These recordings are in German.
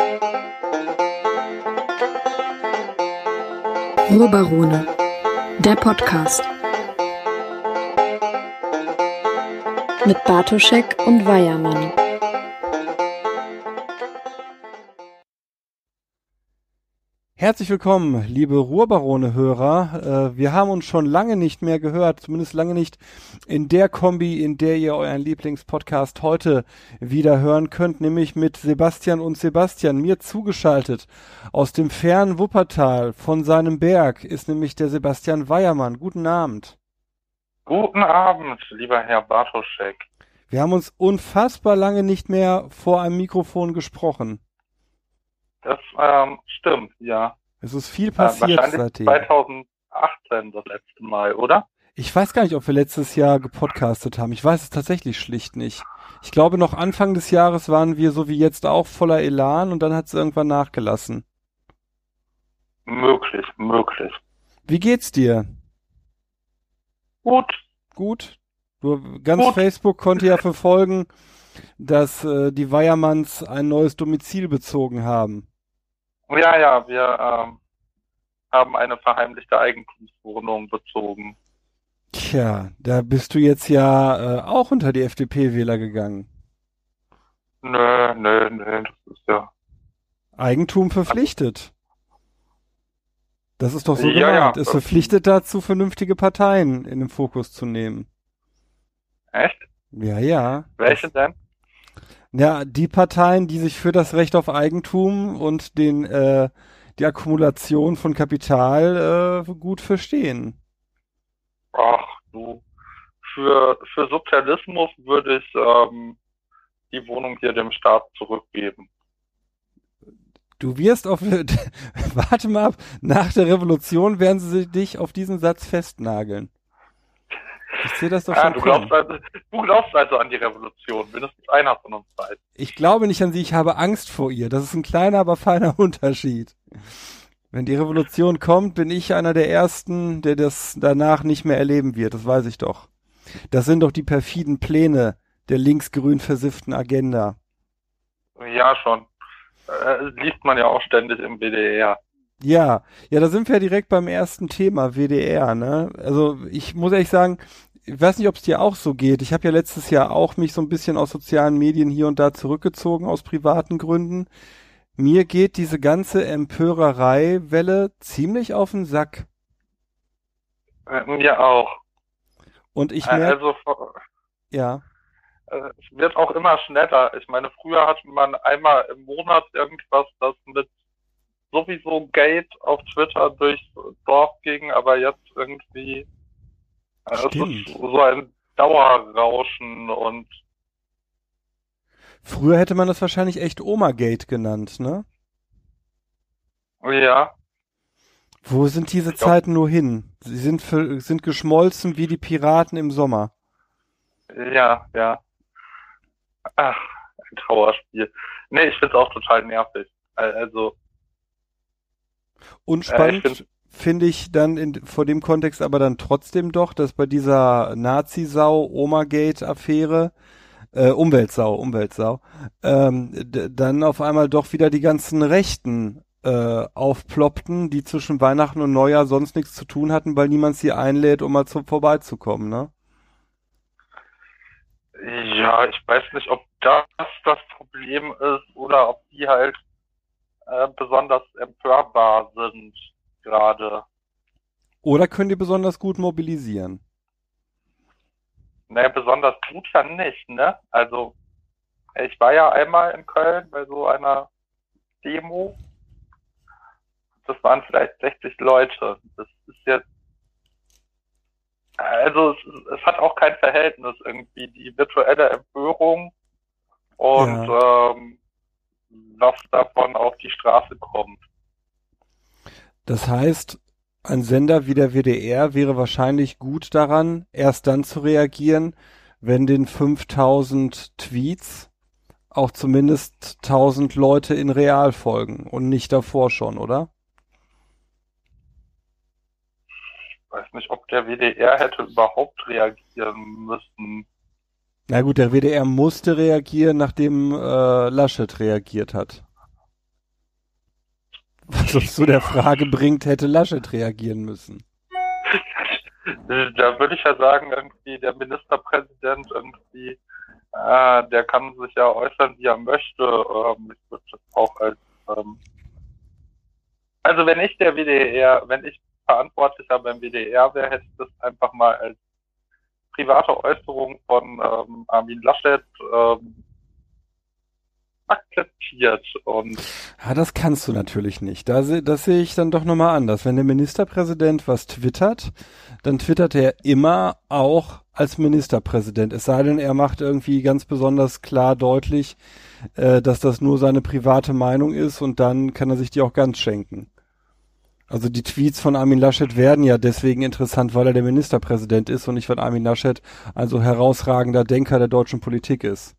Ruhrbarone, der Podcast. Mit Bartoschek und Weiermann. Herzlich willkommen, liebe Ruhrbarone-Hörer. Wir haben uns schon lange nicht mehr gehört, zumindest lange nicht in der Kombi, in der ihr euren Lieblingspodcast heute wieder hören könnt, nämlich mit Sebastian und Sebastian. Mir zugeschaltet aus dem fernen Wuppertal von seinem Berg ist nämlich der Sebastian Weiermann. Guten Abend. Guten Abend, lieber Herr Bartoschek. Wir haben uns unfassbar lange nicht mehr vor einem Mikrofon gesprochen. Das stimmt, ja. Es ist viel passiert wahrscheinlich seitdem. 2018 das letzte Mal, oder? Ich weiß gar nicht, ob wir letztes Jahr gepodcastet haben. Ich weiß es tatsächlich schlicht nicht. Ich glaube, noch Anfang des Jahres waren wir so wie jetzt auch voller Elan und dann hat es irgendwann nachgelassen. Möglich. Wie geht's dir? Gut. Ganz Gut. Facebook konnte ja verfolgen, dass die Weiermanns ein neues Domizil bezogen haben. Ja, wir haben eine verheimlichte Eigentumswohnung bezogen. Tja, da bist du jetzt ja auch unter die FDP-Wähler gegangen. Nö, das ist ja... Eigentum verpflichtet. Das ist doch so Ja, gemeint. ja. Es verpflichtet dazu, vernünftige Parteien in den Fokus zu nehmen. Echt? Ja. Welche denn? Ja, die Parteien, die sich für das Recht auf Eigentum und die Akkumulation von Kapital gut verstehen. Ach du, für Sozialismus würde ich die Wohnung hier dem Staat zurückgeben. Du wirst warte mal ab, nach der Revolution werden sie dich auf diesen Satz festnageln. Ich sehe das doch schon Du kommen. glaubst also an die Revolution, mindestens einer von uns beiden. Ich glaube nicht an sie, ich habe Angst vor ihr. Das ist ein kleiner, aber feiner Unterschied. Wenn die Revolution kommt, bin ich einer der Ersten, der das danach nicht mehr erleben wird. Das weiß ich doch. Das sind doch die perfiden Pläne der linksgrün versifften Agenda. Ja, schon. Liest man ja auch ständig im WDR. Ja, da sind wir ja direkt beim ersten Thema, WDR, ne? Also ich muss ehrlich sagen, ich weiß nicht, ob es dir auch so geht. Ich habe ja letztes Jahr auch mich so ein bisschen aus sozialen Medien hier und da zurückgezogen, aus privaten Gründen. Mir geht diese ganze Empörerei-Welle ziemlich auf den Sack. Mir auch. Und ich merke, ja. Es wird auch immer schneller. Ich meine, früher hatte man einmal im Monat irgendwas, das mit sowieso Gate auf Twitter durchs Dorf ging, aber jetzt irgendwie es ist so ein Dauerrauschen und Früher hätte man das wahrscheinlich echt Oma-Gate genannt, ne? ja. Wo sind diese Zeiten nur hin? Sie sind geschmolzen wie die Piraten im Sommer. Ja. Ach, ein Trauerspiel. Nee, ich find's auch total nervig. Also Und spannend finde ich dann vor dem Kontext aber dann trotzdem doch, dass bei dieser Nazi-Sau, Oma-Gate-Affäre, Umweltsau, dann auf einmal doch wieder die ganzen Rechten aufploppten, die zwischen Weihnachten und Neujahr sonst nichts zu tun hatten, weil niemand sie einlädt, um mal vorbeizukommen, ne? Ja, ich weiß nicht, ob das Problem ist oder ob die halt besonders empörbar sind gerade. Oder können die besonders gut mobilisieren? Naja, besonders gut ja nicht, ne? Also, ich war ja einmal in Köln bei so einer Demo. Das waren vielleicht 60 Leute. Das ist jetzt, also es hat auch kein Verhältnis irgendwie, die virtuelle Empörung und was davon auf die Straße kommt. Das heißt, ein Sender wie der WDR wäre wahrscheinlich gut daran, erst dann zu reagieren, wenn den 5000 Tweets auch zumindest 1000 Leute in real folgen und nicht davor schon, oder? Ich weiß nicht, ob der WDR hätte überhaupt reagieren müssen. Na gut, der WDR musste reagieren, nachdem Laschet reagiert hat. Was uns zu der Frage bringt, hätte Laschet reagieren müssen. Da würde ich ja sagen, irgendwie der Ministerpräsident irgendwie, der kann sich ja äußern, wie er möchte. Ich würde das auch als, also wenn ich Verantwortlicher beim WDR wäre, hätte ich das einfach mal als private Äußerung von Armin Laschet akzeptiert. Und Ja, das kannst du natürlich nicht. Das sehe ich dann doch nochmal anders. Wenn der Ministerpräsident was twittert, dann twittert er immer auch als Ministerpräsident. Es sei denn, er macht irgendwie ganz besonders klar deutlich, dass das nur seine private Meinung ist und dann kann er sich die auch ganz schenken. Also die Tweets von Armin Laschet werden ja deswegen interessant, weil er der Ministerpräsident ist und nicht, weil Armin Laschet ein so herausragender Denker der deutschen Politik ist.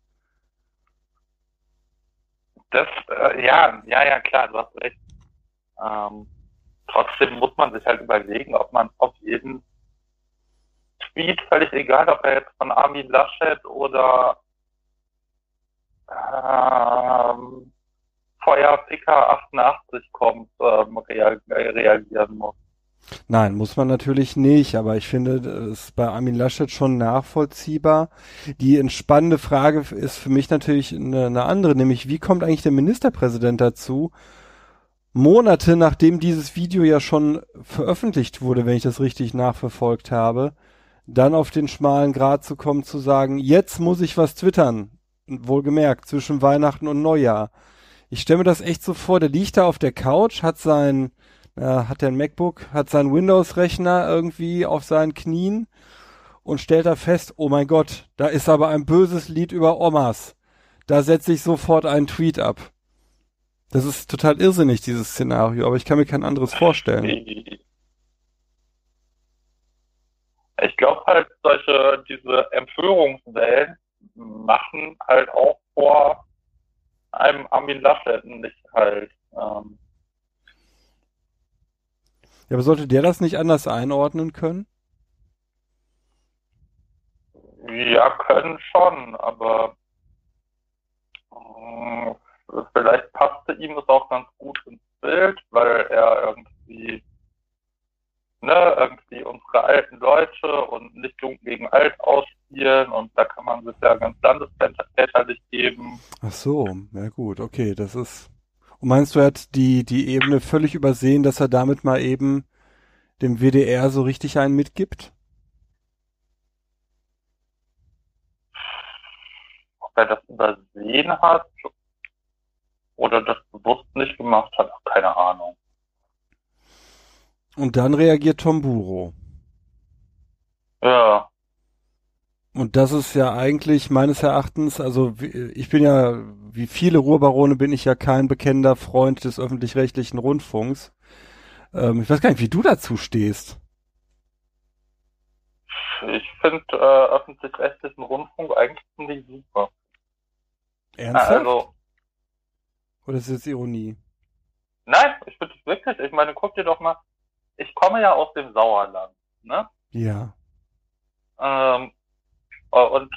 das, ja, klar, du hast recht. Trotzdem muss man sich halt überlegen, ob man auf jeden Tweet, völlig egal, ob er jetzt von Armin Laschet oder Feuerficker 88 kommt, reagieren muss. Nein, muss man natürlich nicht, aber ich finde es bei Armin Laschet schon nachvollziehbar. Die entspannende Frage ist für mich natürlich eine andere, nämlich wie kommt eigentlich der Ministerpräsident dazu, Monate nachdem dieses Video ja schon veröffentlicht wurde, wenn ich das richtig nachverfolgt habe, dann auf den schmalen Grat zu kommen, zu sagen, jetzt muss ich was twittern, wohlgemerkt, zwischen Weihnachten und Neujahr. Ich stelle mir das echt so vor, der liegt da auf der Couch, hat der ein MacBook, hat seinen Windows-Rechner irgendwie auf seinen Knien und stellt da fest, oh mein Gott, da ist aber ein böses Lied über Omas. Da setze ich sofort einen Tweet ab. Das ist total irrsinnig, dieses Szenario, aber ich kann mir kein anderes vorstellen. Ich glaube halt, diese Empörungswellen machen halt auch vor einem Armin Laschet nicht halt. Ja, aber sollte der das nicht anders einordnen können? Ja, können schon, aber vielleicht passte ihm das auch ganz gut ins Bild, weil er irgendwie unsere alten Leute und nicht jung gegen alt ausspielen und da kann man sich ja ganz landesväterlich geben. Ach so, ja gut, okay, das ist... Und meinst du, er hat die Ebene völlig übersehen, dass er damit mal eben dem WDR so richtig einen mitgibt? Ob er das übersehen hat oder das bewusst nicht gemacht hat, keine Ahnung. Und dann reagiert Tom Buro. Ja. Und das ist ja eigentlich meines Erachtens, also ich bin ja, wie viele Ruhrbarone bin ich ja kein bekennender Freund des öffentlich-rechtlichen Rundfunks. Ich weiß gar nicht, wie du dazu stehst. Ich finde öffentlich-rechtlichen Rundfunk eigentlich ziemlich super. Ernsthaft? Also, oder ist das jetzt Ironie? nein, ich finde es wirklich. Ich meine, guck dir doch mal, ich komme ja aus dem Sauerland, ne? Ja. Und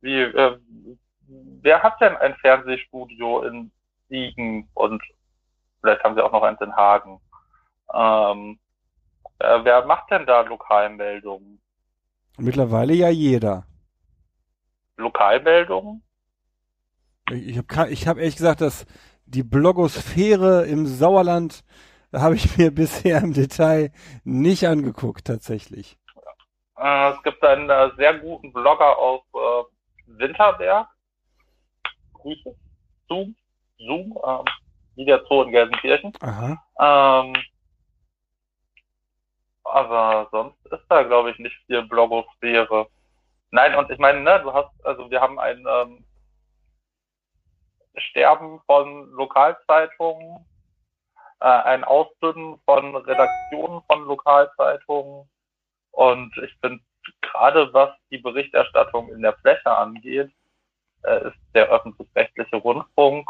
wer hat denn ein Fernsehstudio in Siegen und vielleicht haben sie auch noch eins in Hagen? Wer macht denn da Lokalmeldungen? Mittlerweile ja jeder. Lokalmeldungen? Ich hab ehrlich gesagt, dass die Blogosphäre im Sauerland habe ich mir bisher im Detail nicht angeguckt, tatsächlich. Es gibt einen sehr guten Blogger aus Winterberg. Grüße. Zoom, wie der Zoo in Gelsenkirchen. Aha. Aber sonst ist da, glaube ich, nicht viel Blogosphäre. Nein, und ich meine, ne, wir haben ein Sterben von Lokalzeitungen, ein Ausdünnen von Redaktionen von Lokalzeitungen. Und ich finde, gerade was die Berichterstattung in der Fläche angeht, ist der öffentlich-rechtliche Rundfunk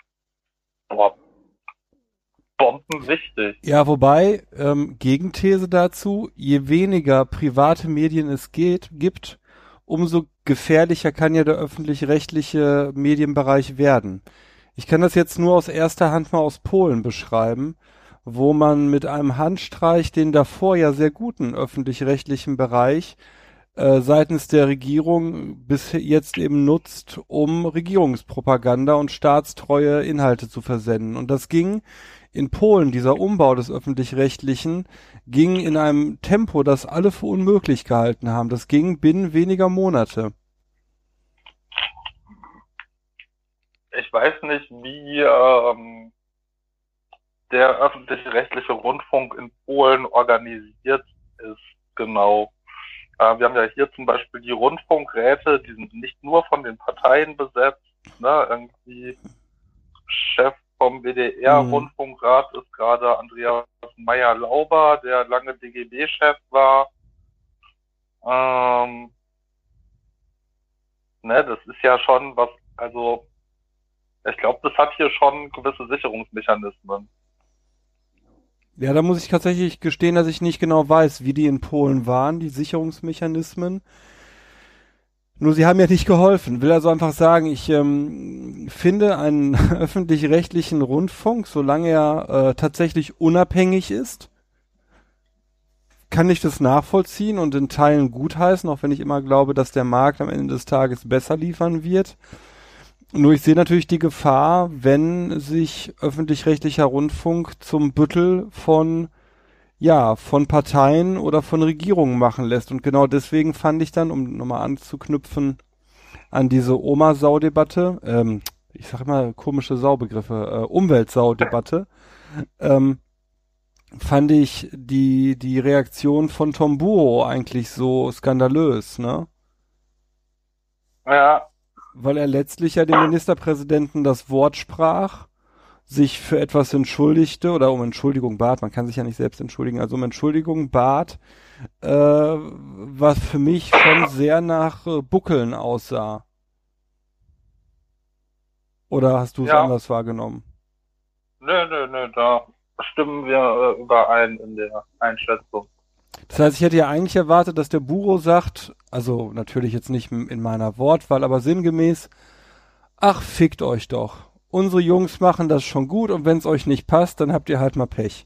bombenwichtig. Ja, wobei, Gegenthese dazu, je weniger private Medien es gibt, umso gefährlicher kann ja der öffentlich-rechtliche Medienbereich werden. Ich kann das jetzt nur aus erster Hand mal aus Polen beschreiben, wo man mit einem Handstreich den davor ja sehr guten öffentlich-rechtlichen Bereich seitens der Regierung bis jetzt eben nutzt, um Regierungspropaganda und staatstreue Inhalte zu versenden. Und das ging in Polen, dieser Umbau des öffentlich-rechtlichen, ging in einem Tempo, das alle für unmöglich gehalten haben. Das ging binnen weniger Monate. Ich weiß nicht, wie der öffentlich-rechtliche Rundfunk in Polen organisiert ist, genau. Wir haben ja hier zum Beispiel die Rundfunkräte, die sind nicht nur von den Parteien besetzt, ne? Irgendwie Chef vom WDR-Rundfunkrat ist gerade Andreas Meyer-Lauber, der lange DGB-Chef war. Ne, das ist ja schon was, also ich glaube, das hat hier schon gewisse Sicherungsmechanismen. Ja, da muss ich tatsächlich gestehen, dass ich nicht genau weiß, wie die in Polen waren, die Sicherungsmechanismen. Nur sie haben ja nicht geholfen. Will also einfach sagen, ich finde einen öffentlich-rechtlichen Rundfunk, solange er tatsächlich unabhängig ist, kann ich das nachvollziehen und in Teilen gutheißen, auch wenn ich immer glaube, dass der Markt am Ende des Tages besser liefern wird. Nur ich sehe natürlich die Gefahr, wenn sich öffentlich-rechtlicher Rundfunk zum Büttel von Parteien oder von Regierungen machen lässt. Und genau deswegen fand ich dann, um nochmal anzuknüpfen an diese Oma-Sau-Debatte, ich sag immer komische Saubegriffe, Umweltsau-Debatte, fand ich die Reaktion von Tom Burro eigentlich so skandalös, ne? Ja. Weil er letztlich ja dem Ministerpräsidenten das Wort sprach, sich für etwas entschuldigte oder um Entschuldigung bat, man kann sich ja nicht selbst entschuldigen, also um Entschuldigung bat, was für mich schon sehr nach Buckeln aussah. Oder hast du es anders wahrgenommen? Nö, da stimmen wir überein in der Einschätzung. Das heißt, ich hätte ja eigentlich erwartet, dass der Buro sagt, also natürlich jetzt nicht in meiner Wortwahl, aber sinngemäß, ach, fickt euch doch. Unsere Jungs machen das schon gut und wenn es euch nicht passt, dann habt ihr halt mal Pech.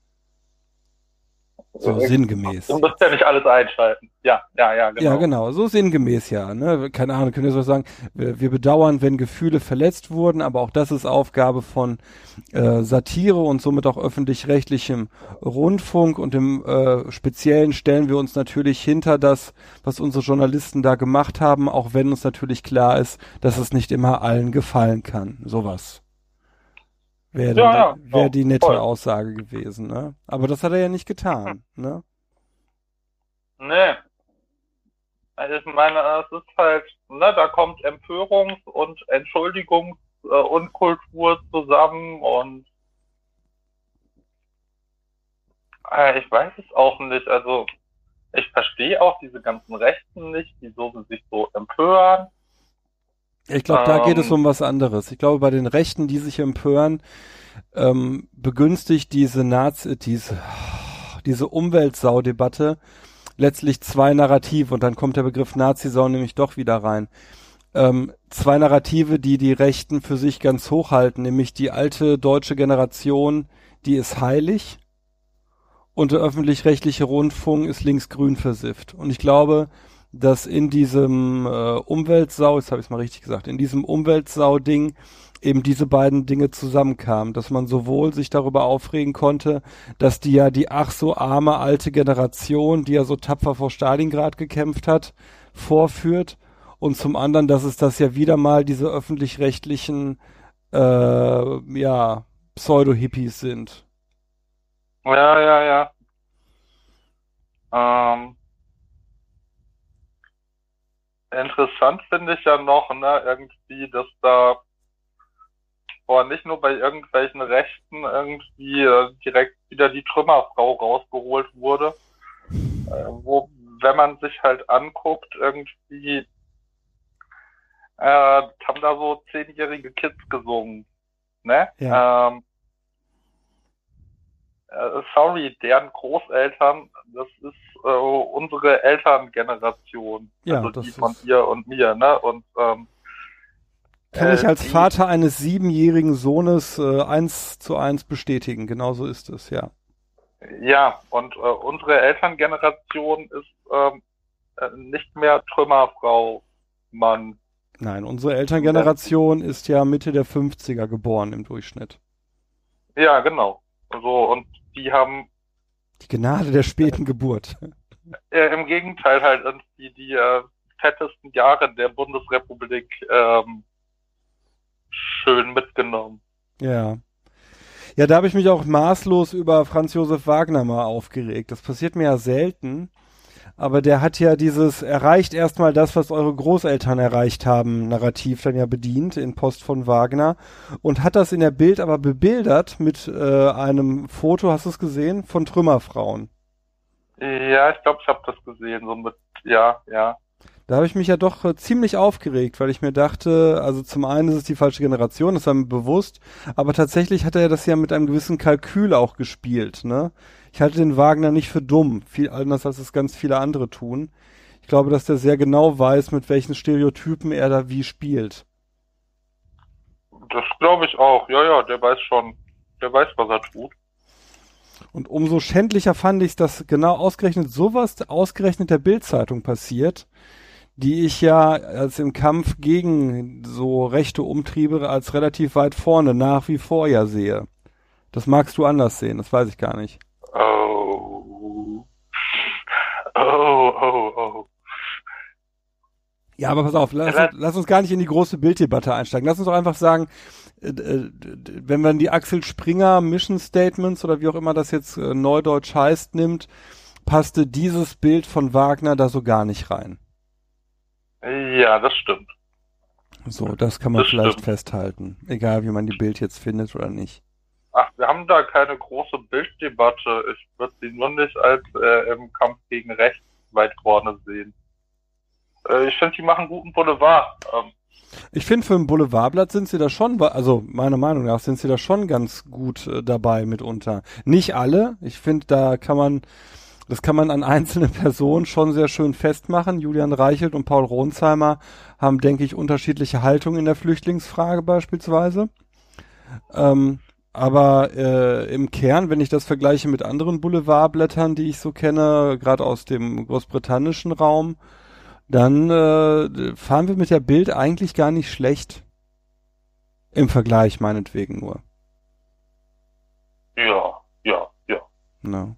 So sinngemäß. Du musst ja nicht alles einschalten. Ja, genau. Ja, genau, so sinngemäß ja. Ne? Keine Ahnung, können wir so sagen, wir bedauern, wenn Gefühle verletzt wurden, aber auch das ist Aufgabe von Satire und somit auch öffentlich-rechtlichem Rundfunk und im Speziellen stellen wir uns natürlich hinter das, was unsere Journalisten da gemacht haben, auch wenn uns natürlich klar ist, dass es nicht immer allen gefallen kann. Sowas. Wäre die nette voll. Aussage gewesen, ne? Aber das hat er ja nicht getan, ne? Nee. Also ich meine, es ist halt, ne, da kommt Empörungs- und Entschuldigungs-Unkultur zusammen und ich weiß es auch nicht. Also ich verstehe auch diese ganzen Rechten nicht, wieso sie sich so empören. Ich glaube, da geht es um was anderes. Ich glaube, bei den Rechten, die sich empören, begünstigt diese Umweltsau-Debatte letztlich zwei Narrative und dann kommt der Begriff Nazisau nämlich doch wieder rein. Zwei Narrative, die Rechten für sich ganz hoch halten, nämlich die alte deutsche Generation, die ist heilig und der öffentlich-rechtliche Rundfunk ist linksgrün versifft. Und ich glaube, dass in diesem Umweltsau, jetzt habe ich es mal richtig gesagt, in diesem Umweltsau-Ding eben diese beiden Dinge zusammenkamen, dass man sowohl sich darüber aufregen konnte, dass die ach so arme alte Generation, die ja so tapfer vor Stalingrad gekämpft hat, vorführt und zum anderen, dass es das ja wieder mal diese öffentlich-rechtlichen Pseudo-Hippies sind. Ja. Interessant finde ich ja noch, ne, irgendwie, dass da nicht nur bei irgendwelchen Rechten irgendwie direkt wieder die Trümmerfrau rausgeholt wurde, wo, wenn man sich halt anguckt, irgendwie haben da so 10-jährige Kids gesungen, ne? Ja. Sorry, deren Großeltern, das ist unsere Elterngeneration, ja, also die von ihr und mir, ne? Und Kann ich als Vater eines 7-jährigen Sohnes 1:1 bestätigen. Genauso ist es, ja. Ja, und unsere Elterngeneration ist nicht mehr Trümmerfrau, Mann. Nein, unsere Elterngeneration ist ja Mitte der 50er geboren im Durchschnitt. Ja, genau. So, und die haben Die Gnade der späten Geburt. im Gegenteil halt irgendwie die fettesten Jahre der Bundesrepublik schön mitgenommen. Ja. Ja, da habe ich mich auch maßlos über Franz Josef Wagner mal aufgeregt. Das passiert mir ja selten. Aber der hat ja dieses erreicht erstmal das, was eure Großeltern erreicht haben, Narrativ dann ja bedient in Post von Wagner und hat das in der Bild aber bebildert mit einem Foto, hast du es gesehen, von Trümmerfrauen. Ja, ich glaube, ich habe das gesehen, so mit, ja. Da habe ich mich ja doch ziemlich aufgeregt, weil ich mir dachte, also zum einen ist es die falsche Generation, das war mir bewusst, aber tatsächlich hat er das ja mit einem gewissen Kalkül auch gespielt, ne? Ich halte den Wagner nicht für dumm, viel anders als es ganz viele andere tun. Ich glaube, dass der sehr genau weiß, mit welchen Stereotypen er da wie spielt. Das glaube ich auch. Ja, der weiß schon. Der weiß, was er tut. Und umso schändlicher fand ich es, dass genau ausgerechnet sowas ausgerechnet der Bild-Zeitung passiert, die ich ja als im Kampf gegen so rechte Umtriebe als relativ weit vorne nach wie vor ja sehe. Das magst du anders sehen, das weiß ich gar nicht. Oh. Ja, aber pass auf, lass uns gar nicht in die große Bilddebatte einsteigen. Lass uns doch einfach sagen, wenn man die Axel Springer Mission Statements oder wie auch immer das jetzt neudeutsch heißt nimmt, passte dieses Bild von Wagner da so gar nicht rein. Ja, das stimmt. So, das kann man vielleicht festhalten. Egal, wie man die Bild jetzt findet oder nicht. Ach, wir haben da keine große Bilddebatte. Ich würde sie nur nicht als im Kampf gegen rechts weit vorne sehen. Ich finde, die machen guten Boulevard. Ich finde, für ein Boulevardblatt sind sie da schon, also meiner Meinung nach sind sie da schon ganz gut dabei mitunter. Nicht alle. Ich finde, das kann man an einzelnen Personen schon sehr schön festmachen. Julian Reichelt und Paul Ronsheimer haben, denke ich, unterschiedliche Haltungen in der Flüchtlingsfrage beispielsweise. Aber im Kern, wenn ich das vergleiche mit anderen Boulevardblättern, die ich so kenne, gerade aus dem großbritannischen Raum, dann fahren wir mit der Bild eigentlich gar nicht schlecht. Im Vergleich meinetwegen nur. Ja. No.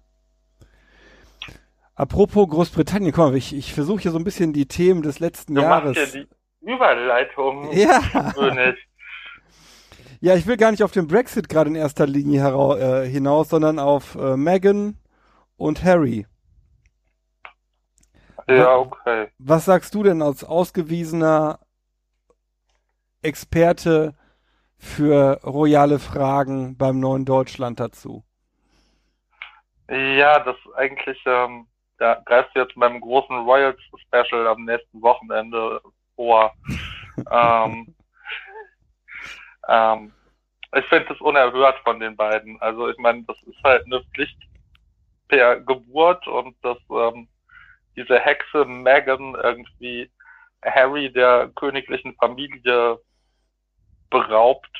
Apropos Großbritannien, komm, ich versuche hier so ein bisschen die Themen des letzten Jahres. Du machst ja die Überleitung. Ja. Schönes. Ja, ich will gar nicht auf den Brexit gerade in erster Linie hinaus, sondern auf Meghan und Harry. Ja, okay. Was sagst du denn als ausgewiesener Experte für royale Fragen beim Neuen Deutschland dazu? Ja, das eigentlich, da greifst du jetzt beim großen Royals Special am nächsten Wochenende vor. Ich finde das unerhört von den beiden. Also ich meine, das ist halt eine Pflicht per Geburt und dass diese Hexe Meghan irgendwie Harry der königlichen Familie beraubt.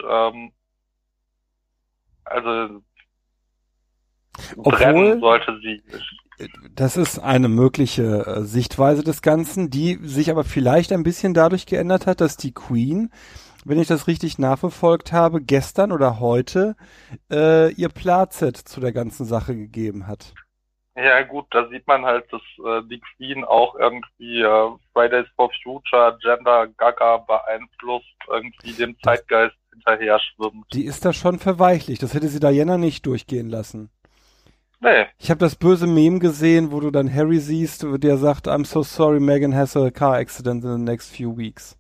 Also brennen sollte sie. Das ist eine mögliche Sichtweise des Ganzen, die sich aber vielleicht ein bisschen dadurch geändert hat, dass die Queen, wenn ich das richtig nachverfolgt habe, gestern oder heute ihr Plazet zu der ganzen Sache gegeben hat. Ja gut, da sieht man halt, dass die Queen auch irgendwie Fridays for Future, Gender Gaga beeinflusst, irgendwie dem Zeitgeist hinterher schwimmt. Die ist da schon verweichlicht. Das hätte sie Diana nicht durchgehen lassen. Nee. Ich habe das böse Meme gesehen, wo du dann Harry siehst, der sagt, I'm so sorry, Meghan has a car accident in the next few weeks.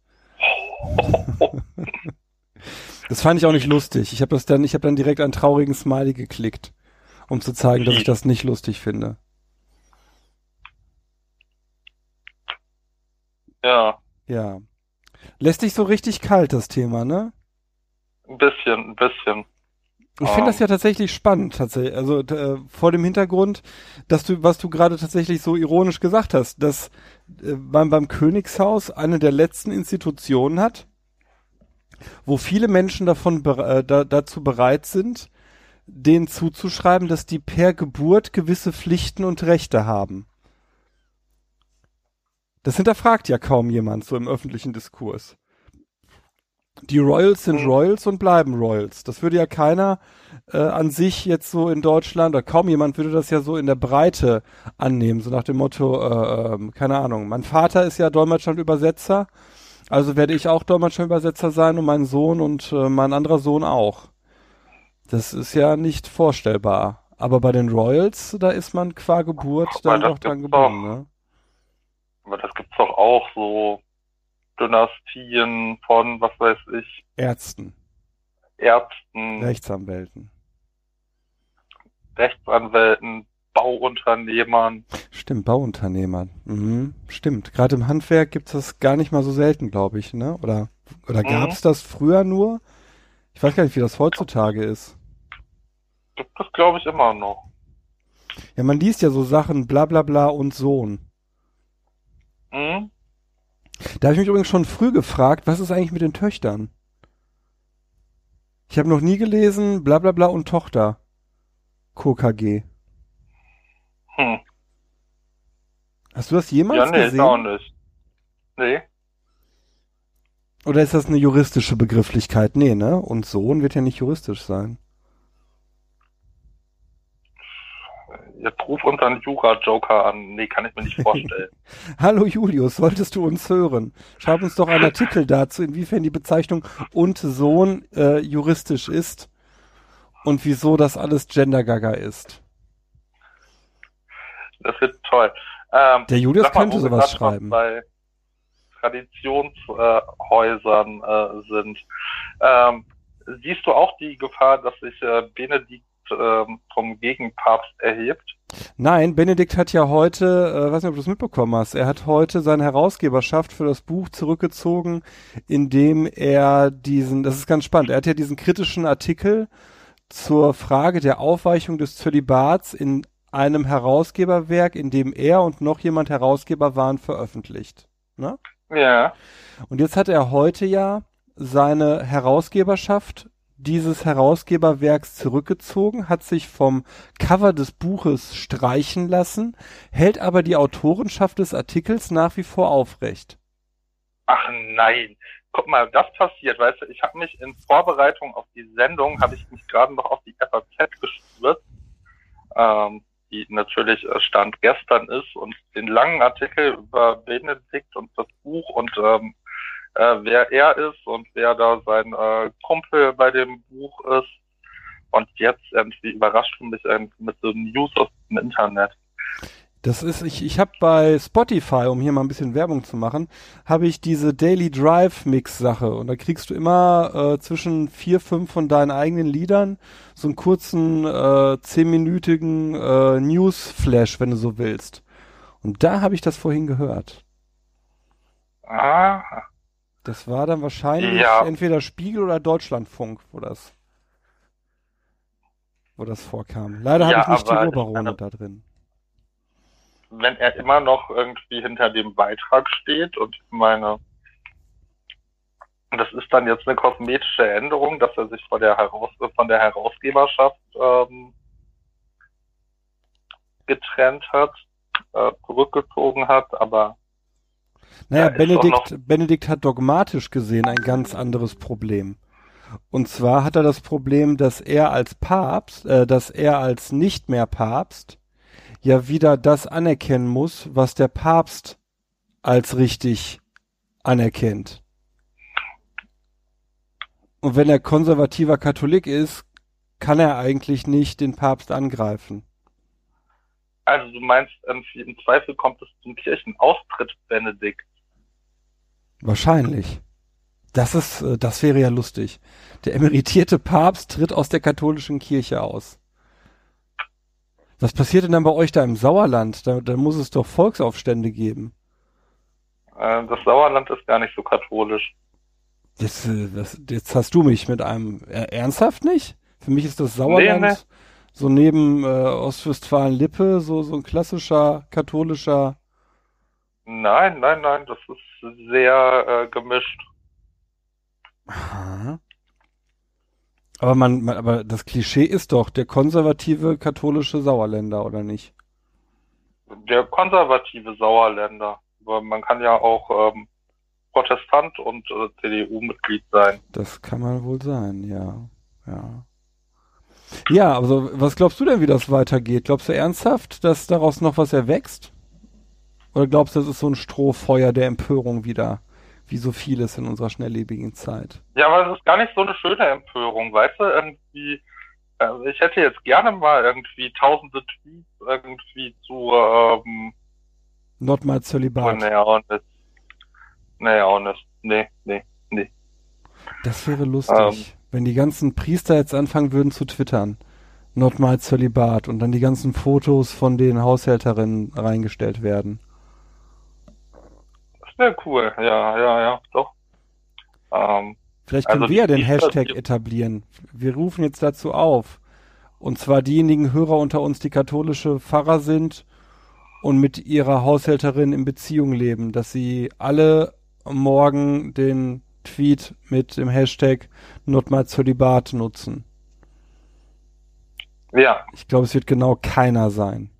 Das fand ich auch nicht lustig. Ich habe dann direkt einen traurigen Smiley geklickt, um zu zeigen, dass ich das nicht lustig finde. Ja. Ja. Lässt dich so richtig kalt, das Thema, ne? Ein bisschen. Ich finde das ja tatsächlich spannend, also vor dem Hintergrund, dass was du gerade tatsächlich so ironisch gesagt hast, dass man beim Königshaus eine der letzten Institutionen hat, wo viele Menschen dazu bereit sind, denen zuzuschreiben, dass die per Geburt gewisse Pflichten und Rechte haben. Das hinterfragt ja kaum jemand so im öffentlichen Diskurs. Die Royals sind Royals und bleiben Royals. Das würde ja keiner an sich jetzt so in Deutschland, oder kaum jemand würde das ja so in der Breite annehmen, so nach dem Motto, keine Ahnung, mein Vater ist ja Dolmetscher und Übersetzer, also werde ich auch Dolmetscher und Übersetzer sein und mein Sohn und mein anderer Sohn auch. Das ist ja nicht vorstellbar. Aber bei den Royals, da ist man qua Geburt dann doch dran gebunden, ne? Aber das gibt's doch auch so Dynastien von, was weiß ich, Ärzten, Rechtsanwälten, Bauunternehmern. Stimmt, Bauunternehmern. Mhm, stimmt. Gerade im Handwerk gibt's das gar nicht mal so selten, glaube ich, ne? Oder gab's das früher nur? Ich weiß gar nicht, wie das heutzutage ist. Gibt es, glaube ich, immer noch. Ja, man liest ja so Sachen, bla bla bla und Sohn. Mhm. Da habe ich mich übrigens schon früh gefragt, was ist eigentlich mit den Töchtern? Ich habe noch nie gelesen, bla bla bla und Tochter. KKG. Hast du das jemals gesehen? Ja, nee, auch nicht. Nee. Oder ist das eine juristische Begrifflichkeit? Nee, ne? Und Sohn wird ja nicht juristisch sein. Jetzt ruf unseren Jura-Joker an. Nee, kann ich mir nicht vorstellen. Hallo Julius, solltest du uns hören? Schreib uns doch einen Artikel dazu, inwiefern die Bezeichnung und Sohn juristisch ist und wieso das alles Gender-Gaga ist. Das wird toll. Der Julius könnte sowas schreiben. Bei Traditionshäusern sind. Siehst du auch die Gefahr, dass sich Benedikt vom Gegenpapst erhebt? Nein, Benedikt hat ja heute, weiß nicht, ob du es mitbekommen hast, er hat heute seine Herausgeberschaft für das Buch zurückgezogen, indem er das ist ganz spannend, er hat ja diesen kritischen Artikel zur Frage der Aufweichung des Zölibats in einem Herausgeberwerk, in dem er und noch jemand Herausgeber waren, veröffentlicht. Ne? Ja. Und jetzt hat er heute ja seine Herausgeberschaft dieses Herausgeberwerks zurückgezogen, hat sich vom Cover des Buches streichen lassen, hält aber die Autorenschaft des Artikels nach wie vor aufrecht. Ach nein. Guck mal, das passiert, weißt du, ich habe mich in Vorbereitung auf die Sendung, habe ich mich gerade noch auf die FAZ gestürzt, die natürlich Stand gestern ist, und den langen Artikel über Benedikt und das Buch und wer er ist und wer da sein Kumpel bei dem Buch ist. Und jetzt irgendwie überrascht mich mit so News aus dem Internet. Das ist, ich habe bei Spotify, um hier mal ein bisschen Werbung zu machen, habe ich diese Daily Drive Mix Sache, und da kriegst du immer zwischen 4, 5 von deinen eigenen Liedern so einen kurzen 10-minütigen News-Flash, wenn du so willst. Und da habe ich das vorhin gehört. Ah. Das war dann wahrscheinlich entweder Spiegel oder Deutschlandfunk, wo das vorkam. Leider habe ich nicht die Ruhrbarone da drin. Wenn er immer noch irgendwie hinter dem Beitrag steht, und ich meine, das ist dann jetzt eine kosmetische Änderung, dass er sich von der Herausgeberschaft getrennt hat, zurückgezogen hat, aber naja, Benedikt hat dogmatisch gesehen ein ganz anderes Problem. Und zwar hat er das Problem, dass er als Papst, dass er als nicht mehr Papst ja wieder das anerkennen muss, was der Papst als richtig anerkennt. Und wenn er konservativer Katholik ist, kann er eigentlich nicht den Papst angreifen. Also du meinst, im Zweifel kommt es zum Kirchenaustritt Benedikt? Wahrscheinlich. Das wäre ja lustig. Der emeritierte Papst tritt aus der katholischen Kirche aus. Was passiert denn dann bei euch da im Sauerland? Da muss es doch Volksaufstände geben. Das Sauerland ist gar nicht so katholisch. Jetzt hast du mich mit einem... ernsthaft nicht? Für mich ist das Sauerland so neben Ostwestfalen-Lippe so ein klassischer katholischer... Nein, das ist sehr gemischt. Aha. Aber das Klischee ist doch der konservative katholische Sauerländer, oder nicht? Der konservative Sauerländer. Aber man kann ja auch Protestant und CDU-Mitglied sein. Das kann man wohl sein, ja. Ja. Ja, also was glaubst du denn, wie das weitergeht? Glaubst du ernsthaft, dass daraus noch was erwächst? Oder glaubst du, das ist so ein Strohfeuer der Empörung wieder, wie so vieles in unserer schnelllebigen Zeit? Ja, aber es ist gar nicht so eine schöne Empörung, weißt du? Irgendwie, ich hätte jetzt gerne mal irgendwie tausende Tweets irgendwie zu Not my Zölibat. Nee. Das wäre lustig, wenn die ganzen Priester jetzt anfangen würden zu twittern. Not my Zölibat und dann die ganzen Fotos von den Haushälterinnen reingestellt werden. Das wäre cool, ja, doch. Vielleicht können wir ja den Hashtag etablieren. Wir rufen jetzt dazu auf. Und zwar diejenigen Hörer unter uns, die katholische Pfarrer sind und mit ihrer Haushälterin in Beziehung leben, dass sie alle morgen den Tweet mit dem Hashtag Not my Zölibat nutzen. Ja. Ich glaube, es wird genau keiner sein.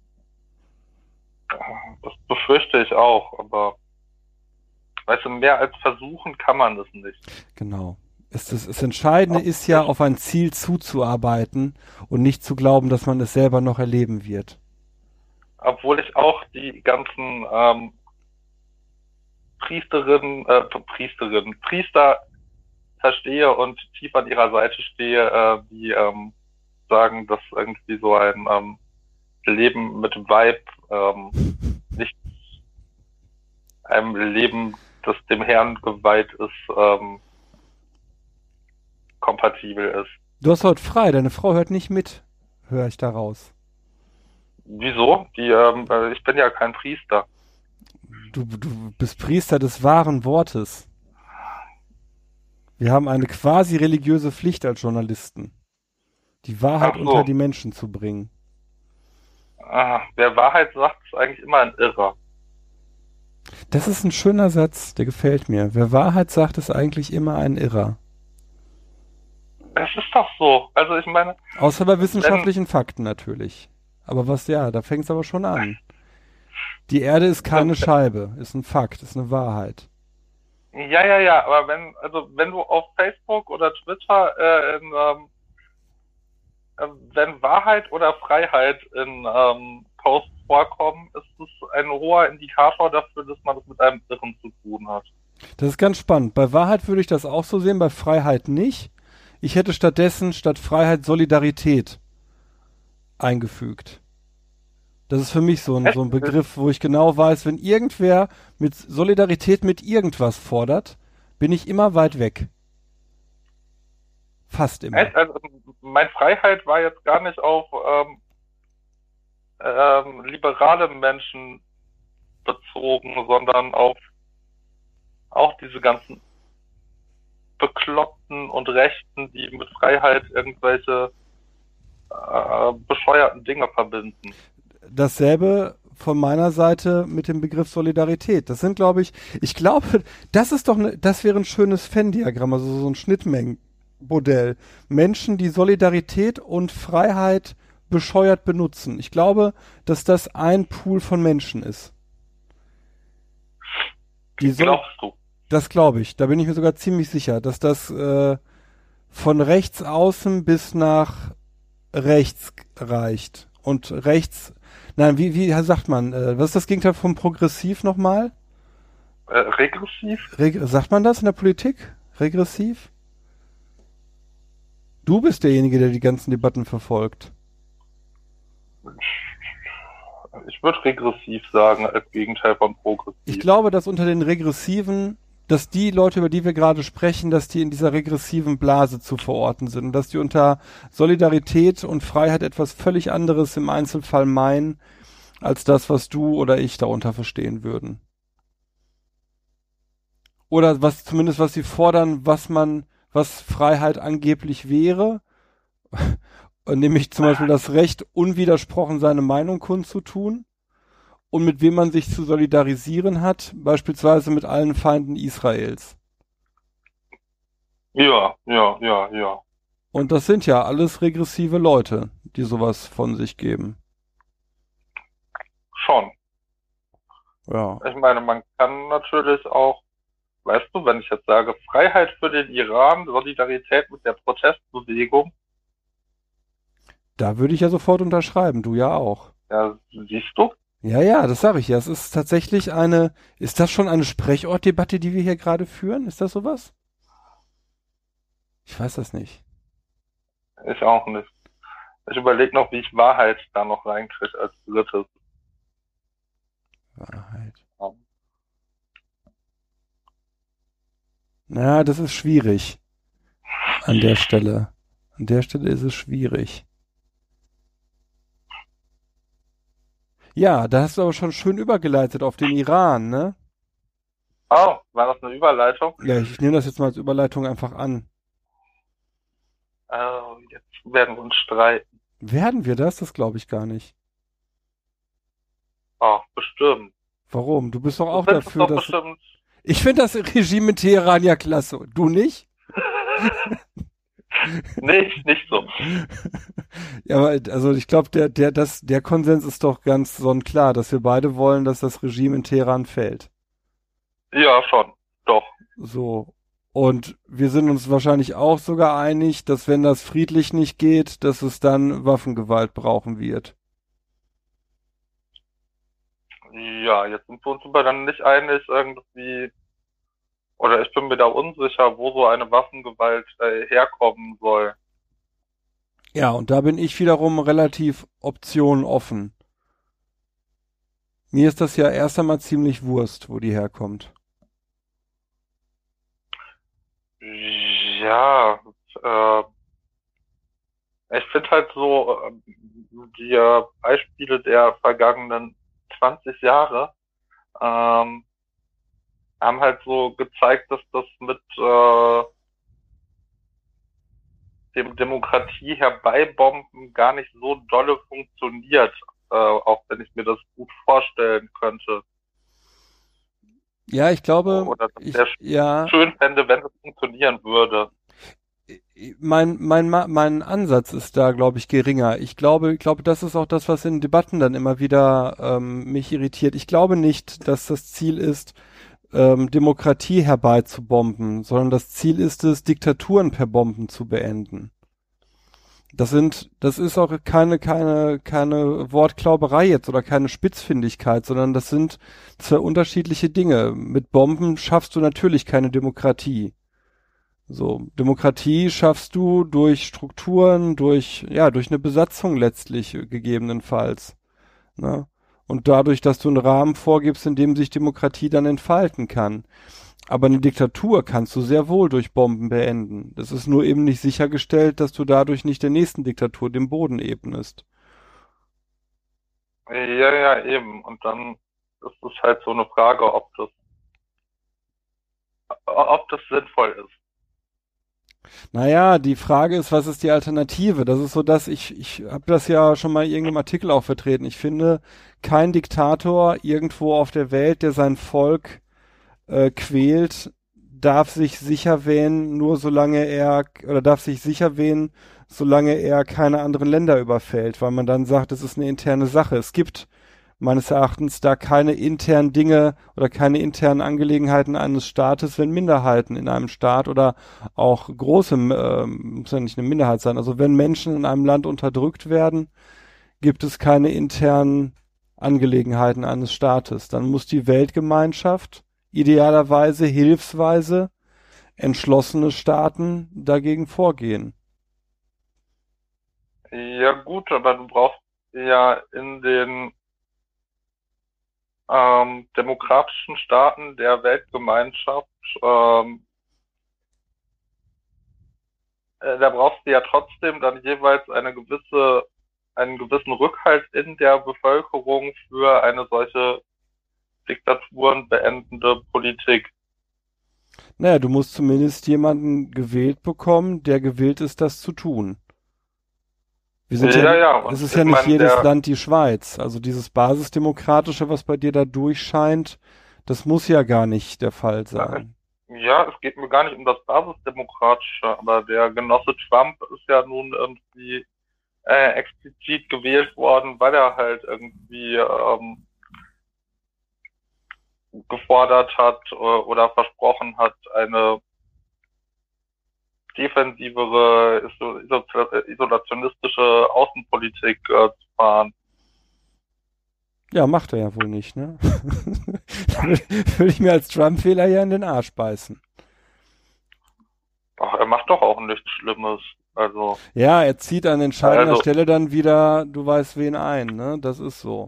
Das befürchte ich auch, aber weißt du, mehr als versuchen kann man das nicht. Genau. Das Entscheidende ist ja, auf ein Ziel zuzuarbeiten und nicht zu glauben, dass man es selber noch erleben wird. Obwohl ich auch die ganzen Priester verstehe und tief an ihrer Seite stehe, die sagen, dass irgendwie so ein Leben mit Vibe nicht einem Leben, das dem Herrn geweiht ist, kompatibel ist. Du hast heute frei, deine Frau hört nicht mit, höre ich daraus. Wieso? Ich bin ja kein Priester. Du bist Priester des wahren Wortes. Wir haben eine quasi religiöse Pflicht als Journalisten, die Wahrheit unter die Menschen zu bringen. Wer Wahrheit sagt, ist eigentlich immer ein Irrer. Das ist ein schöner Satz, der gefällt mir. Wer Wahrheit sagt, ist eigentlich immer ein Irrer. Es ist doch so. Also ich meine... Außer bei wissenschaftlichen Fakten natürlich. Aber da fängt es aber schon an. Die Erde ist keine Scheibe, ist ein Fakt, ist eine Wahrheit. Ja, aber wenn du auf Facebook oder Twitter wenn Wahrheit oder Freiheit in Posts vorkommen, ist es ein hoher Indikator dafür, dass man es mit einem Irren zu tun hat. Das ist ganz spannend. Bei Wahrheit würde ich das auch so sehen, bei Freiheit nicht. Ich hätte stattdessen statt Freiheit Solidarität eingefügt. Das ist für mich so ein Begriff, wo ich genau weiß, wenn irgendwer mit Solidarität mit irgendwas fordert, bin ich immer weit weg. Fast immer. Also mein Freiheit war jetzt gar nicht auf liberale Menschen bezogen, sondern auf auch diese ganzen Bekloppten und Rechten, die mit Freiheit irgendwelche bescheuerten Dinge verbinden. Dasselbe von meiner Seite mit dem Begriff Solidarität. Das sind, glaube ich, das ist doch, das wäre ein schönes Venn-Diagramm, also so ein Schnittmengenmodell. Menschen, die Solidarität und Freiheit bescheuert benutzen. Ich glaube, dass das ein Pool von Menschen ist. Glaubst du? Das glaube ich. Da bin ich mir sogar ziemlich sicher, dass das von rechts außen bis nach rechts reicht. Und rechts, nein, wie sagt man, was ist das Gegenteil vom Progressiv nochmal? Regressiv? Sagt man das in der Politik? Regressiv? Du bist derjenige, der die ganzen Debatten verfolgt. Ich würde regressiv sagen, als Gegenteil von progressiv. Ich glaube, dass unter den Regressiven, dass die Leute, über die wir gerade sprechen, dass die in dieser regressiven Blase zu verorten sind und dass die unter Solidarität und Freiheit etwas völlig anderes im Einzelfall meinen, als das, was du oder ich darunter verstehen würden. Oder was sie fordern, was Freiheit angeblich wäre, nämlich zum Beispiel das Recht, unwidersprochen seine Meinung kundzutun. Und mit wem man sich zu solidarisieren hat, beispielsweise mit allen Feinden Israels. Ja, ja, ja, ja. Und das sind ja alles regressive Leute, die sowas von sich geben. Schon. Ja. Ich meine, man kann natürlich auch, weißt du, wenn ich jetzt sage, Freiheit für den Iran, Solidarität mit der Protestbewegung, Da würde ich ja sofort unterschreiben, du ja auch. ja, siehst du? Ja, ja, das sage ich ja. Es ist tatsächlich ist das schon eine Sprechortdebatte, die wir hier gerade führen? Ist das sowas? Ich weiß das nicht. Ich auch nicht. Ich überlege noch, wie ich Wahrheit da noch reinkriege als drittes. Wahrheit. Ja. Na, das ist schwierig. An der Stelle. An der Stelle ist es schwierig. Ja, da hast du aber schon schön übergeleitet auf den Iran, ne? Oh, war das eine Überleitung? Ja, ich nehme das jetzt mal als Überleitung einfach an. Jetzt werden wir uns streiten. Werden wir das? Das glaube ich gar nicht. Oh, bestimmt. Warum? Du bist doch Du auch findest es dafür, doch dass... bestimmt. Ich finde das Regime in Teheran ja klasse. Du nicht? Nee, nicht so. Ja, aber also ich glaube, der Konsens ist doch ganz sonnenklar, dass wir beide wollen, dass das Regime in Teheran fällt. Ja, schon. Doch. So. Und wir sind uns wahrscheinlich auch sogar einig, dass wenn das friedlich nicht geht, dass es dann Waffengewalt brauchen wird. Ja, jetzt sind wir uns aber dann nicht einig irgendwie, oder ich bin mir da unsicher, wo so eine Waffengewalt herkommen soll. Ja, und da bin ich wiederum relativ optionenoffen. Mir ist das ja erst einmal ziemlich Wurst, wo die herkommt. Ja, äh, ich finde halt so, die Beispiele der vergangenen 20 Jahre, ähm, haben halt so gezeigt, dass das mit dem Demokratie herbeibomben gar nicht so dolle funktioniert, auch wenn ich mir das gut vorstellen könnte. Ja, ich glaube, Oder sehr ja, schön fände, wenn es funktionieren würde. mein Ansatz ist da, glaube ich, geringer. Ich glaube, das ist auch das, was in Debatten dann immer wieder mich irritiert. Ich glaube nicht, dass das Ziel ist, Demokratie herbeizubomben, sondern das Ziel ist es, Diktaturen per Bomben zu beenden. Das ist auch keine Wortklauberei jetzt oder keine Spitzfindigkeit, sondern das sind zwei unterschiedliche Dinge. Mit Bomben schaffst du natürlich keine Demokratie. So, Demokratie schaffst du durch Strukturen, durch eine Besatzung letztlich gegebenenfalls, ne? Und dadurch, dass du einen Rahmen vorgibst, in dem sich Demokratie dann entfalten kann. Aber eine Diktatur kannst du sehr wohl durch Bomben beenden. Das ist nur eben nicht sichergestellt, dass du dadurch nicht der nächsten Diktatur den Boden ebnest. Ja, ja, eben. Und dann ist es halt so eine Frage, ob das sinnvoll ist. Naja, die Frage ist, was ist die Alternative? Das ist so, dass ich habe das ja schon mal in irgendeinem Artikel auch vertreten. Ich finde, kein Diktator irgendwo auf der Welt, der sein Volk quält, darf sich sicher wähnen, darf sich sicher wähnen, solange er keine anderen Länder überfällt, weil man dann sagt, es ist eine interne Sache. Es gibt meines Erachtens da keine internen Dinge oder keine internen Angelegenheiten eines Staates, wenn Minderheiten in einem Staat oder auch große, muss ja nicht eine Minderheit sein, also wenn Menschen in einem Land unterdrückt werden, gibt es keine internen Angelegenheiten eines Staates. Dann muss die Weltgemeinschaft idealerweise hilfsweise entschlossene Staaten dagegen vorgehen. Ja gut, aber du brauchst ja in den demokratischen Staaten der Weltgemeinschaft, da brauchst du ja trotzdem dann jeweils einen gewissen Rückhalt in der Bevölkerung für eine solche Diktaturen beendende Politik. Naja, du musst zumindest jemanden gewählt bekommen, der gewillt ist, das zu tun. Es ist ja nicht jedes Land die Schweiz. Also dieses Basisdemokratische, was bei dir da durchscheint, das muss ja gar nicht der Fall sein. Ja, es geht mir gar nicht um das Basisdemokratische, aber der Genosse Trump ist ja nun irgendwie explizit gewählt worden, weil er halt irgendwie gefordert hat oder versprochen hat, eine defensivere, isolationistische Außenpolitik zu fahren. Ja, macht er ja wohl nicht, ne? Würde ich mir als Trump-Wähler ja in den Arsch beißen. Ach, er macht doch auch nichts Schlimmes. Also, Ja, er zieht an entscheidender Also- Stelle dann wieder, du weißt wen ein, ne? Das ist so.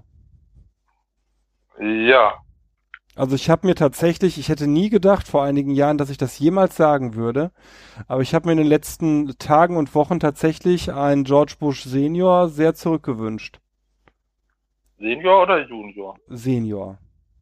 ja, Also ich habe mir tatsächlich, ich hätte nie gedacht vor einigen Jahren, dass ich das jemals sagen würde, aber ich habe mir in den letzten Tagen und Wochen tatsächlich einen George Bush Senior sehr zurückgewünscht. Senior oder Junior? Senior.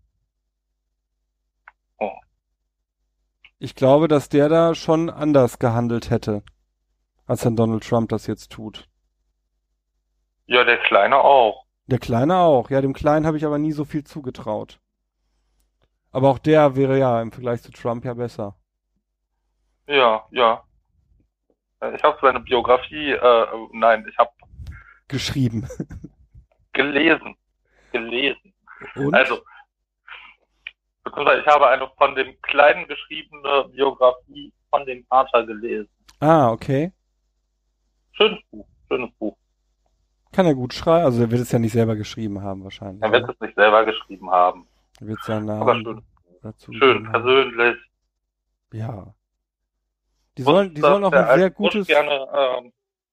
Oh. Ich glaube, dass der da schon anders gehandelt hätte, als dann Donald Trump das jetzt tut. Ja, der Kleine auch. Der Kleine auch. Ja, dem Kleinen habe ich aber nie so viel zugetraut. Aber auch der wäre ja im Vergleich zu Trump ja besser. Ja. Ich habe seine Biografie, nein, ich habe Geschrieben. gelesen. Und? Also, beziehungsweise ich habe eine von dem Kleinen geschriebene Biografie von dem Vater gelesen. Ah, okay. Schönes Buch. Kann er gut schreiben. Also er wird es ja nicht selber geschrieben haben wahrscheinlich. Er wird es nicht selber geschrieben haben. Er wird seinen Aber Namen schön. dazu Schön, gegeben haben. persönlich. Ja. Die sollen auch ein sehr gutes, Gerne,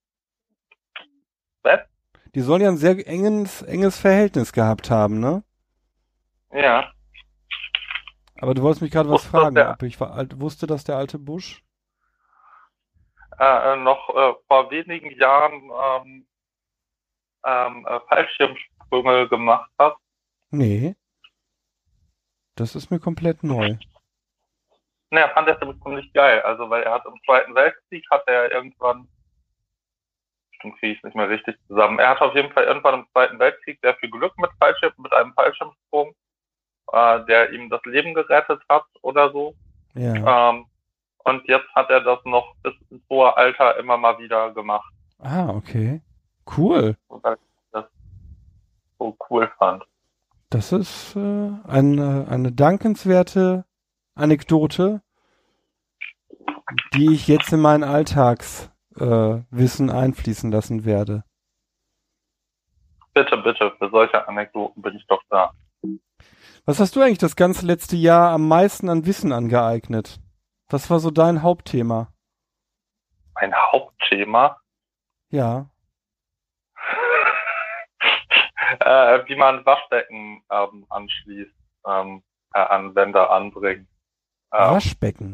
die sollen ja ein sehr enges Verhältnis gehabt haben, ne? ja, Aber du wolltest mich gerade was Wusste fragen, der- ob ich wusste, dass der alte Bush? noch vor wenigen Jahren Fallschirmsprünge gemacht hat. Nee. Das ist mir komplett neu. Ne, er fand das nämlich ziemlich geil. Also, weil er hat im Zweiten Weltkrieg, hat er irgendwann, bestimmt kriege ich es nicht mehr richtig zusammen, er hat auf jeden Fall irgendwann im Zweiten Weltkrieg sehr viel Glück mit einem Fallschirmsprung, der ihm das Leben gerettet hat oder so. Ja. Und jetzt hat er das noch bis ins hohe Alter immer mal wieder gemacht, Ah, okay. Cool. weil ich das so cool fand. Das ist eine dankenswerte Anekdote, die ich jetzt in mein Alltagswissen einfließen lassen werde. Bitte, für solche Anekdoten bin ich doch da. Was hast du eigentlich das ganze letzte Jahr am meisten an Wissen angeeignet? Was war so dein Hauptthema? Mein Hauptthema, Ja. wie man Waschbecken anschließt, Anwender anbringt, Waschbecken.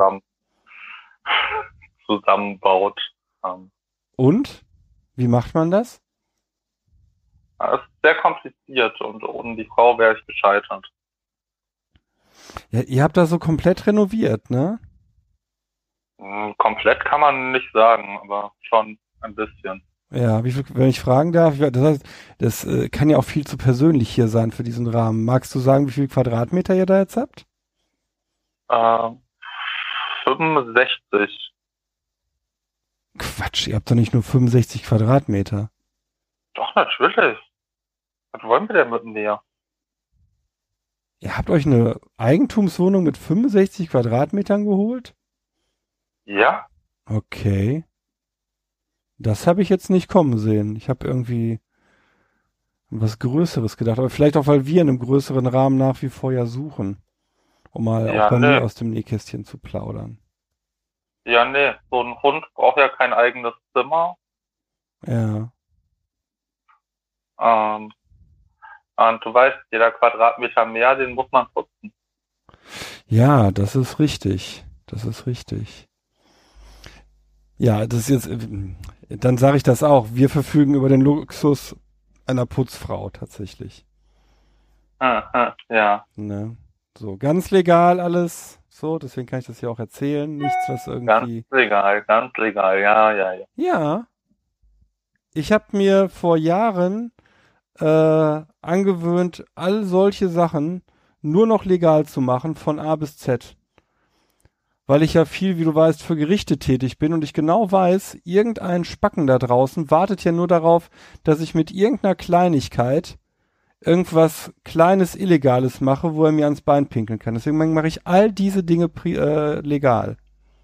zusammenbaut. Und? Wie macht man das? Es ist sehr kompliziert und ohne die Frau wäre ich gescheitert. Ja, ihr habt da so komplett renoviert, ne? Komplett kann man nicht sagen, aber schon ein bisschen. Ja, wie viel, wenn ich fragen darf, das heißt, das kann ja auch viel zu persönlich hier sein für diesen Rahmen. Magst du sagen, wie viel Quadratmeter ihr da jetzt habt? 65. Quatsch, ihr habt doch nicht nur 65 Quadratmeter. Doch, natürlich. Was wollen wir denn mit mehr? Ihr habt euch eine Eigentumswohnung mit 65 Quadratmetern geholt? Ja? Okay. Das habe ich jetzt nicht kommen sehen. Ich habe irgendwie was Größeres gedacht. Aber vielleicht auch, weil wir in einem größeren Rahmen nach wie vor ja suchen. Um mal Ja, auch bei ne. mir aus dem Nähkästchen zu plaudern. Ja, nee. So ein Hund braucht ja kein eigenes Zimmer. Ja. Und du weißt, jeder Quadratmeter mehr, den muss man putzen. Ja, das ist richtig. Das ist richtig. Ja, das ist jetzt, dann sage ich das auch. Wir verfügen über den Luxus einer Putzfrau tatsächlich. Ja, Ne? So, ganz legal alles. So, deswegen kann ich das hier auch erzählen. Nichts, was irgendwie. ganz legal, ja. Ja. Ich habe mir vor Jahren angewöhnt, all solche Sachen nur noch legal zu machen, von A bis Z. weil ich ja viel, wie du weißt, für Gerichte tätig bin und ich genau weiß, irgendein Spacken da draußen wartet ja nur darauf, dass ich mit irgendeiner Kleinigkeit irgendwas Kleines, Illegales mache, wo er mir ans Bein pinkeln kann. Deswegen mache ich all diese Dinge legal.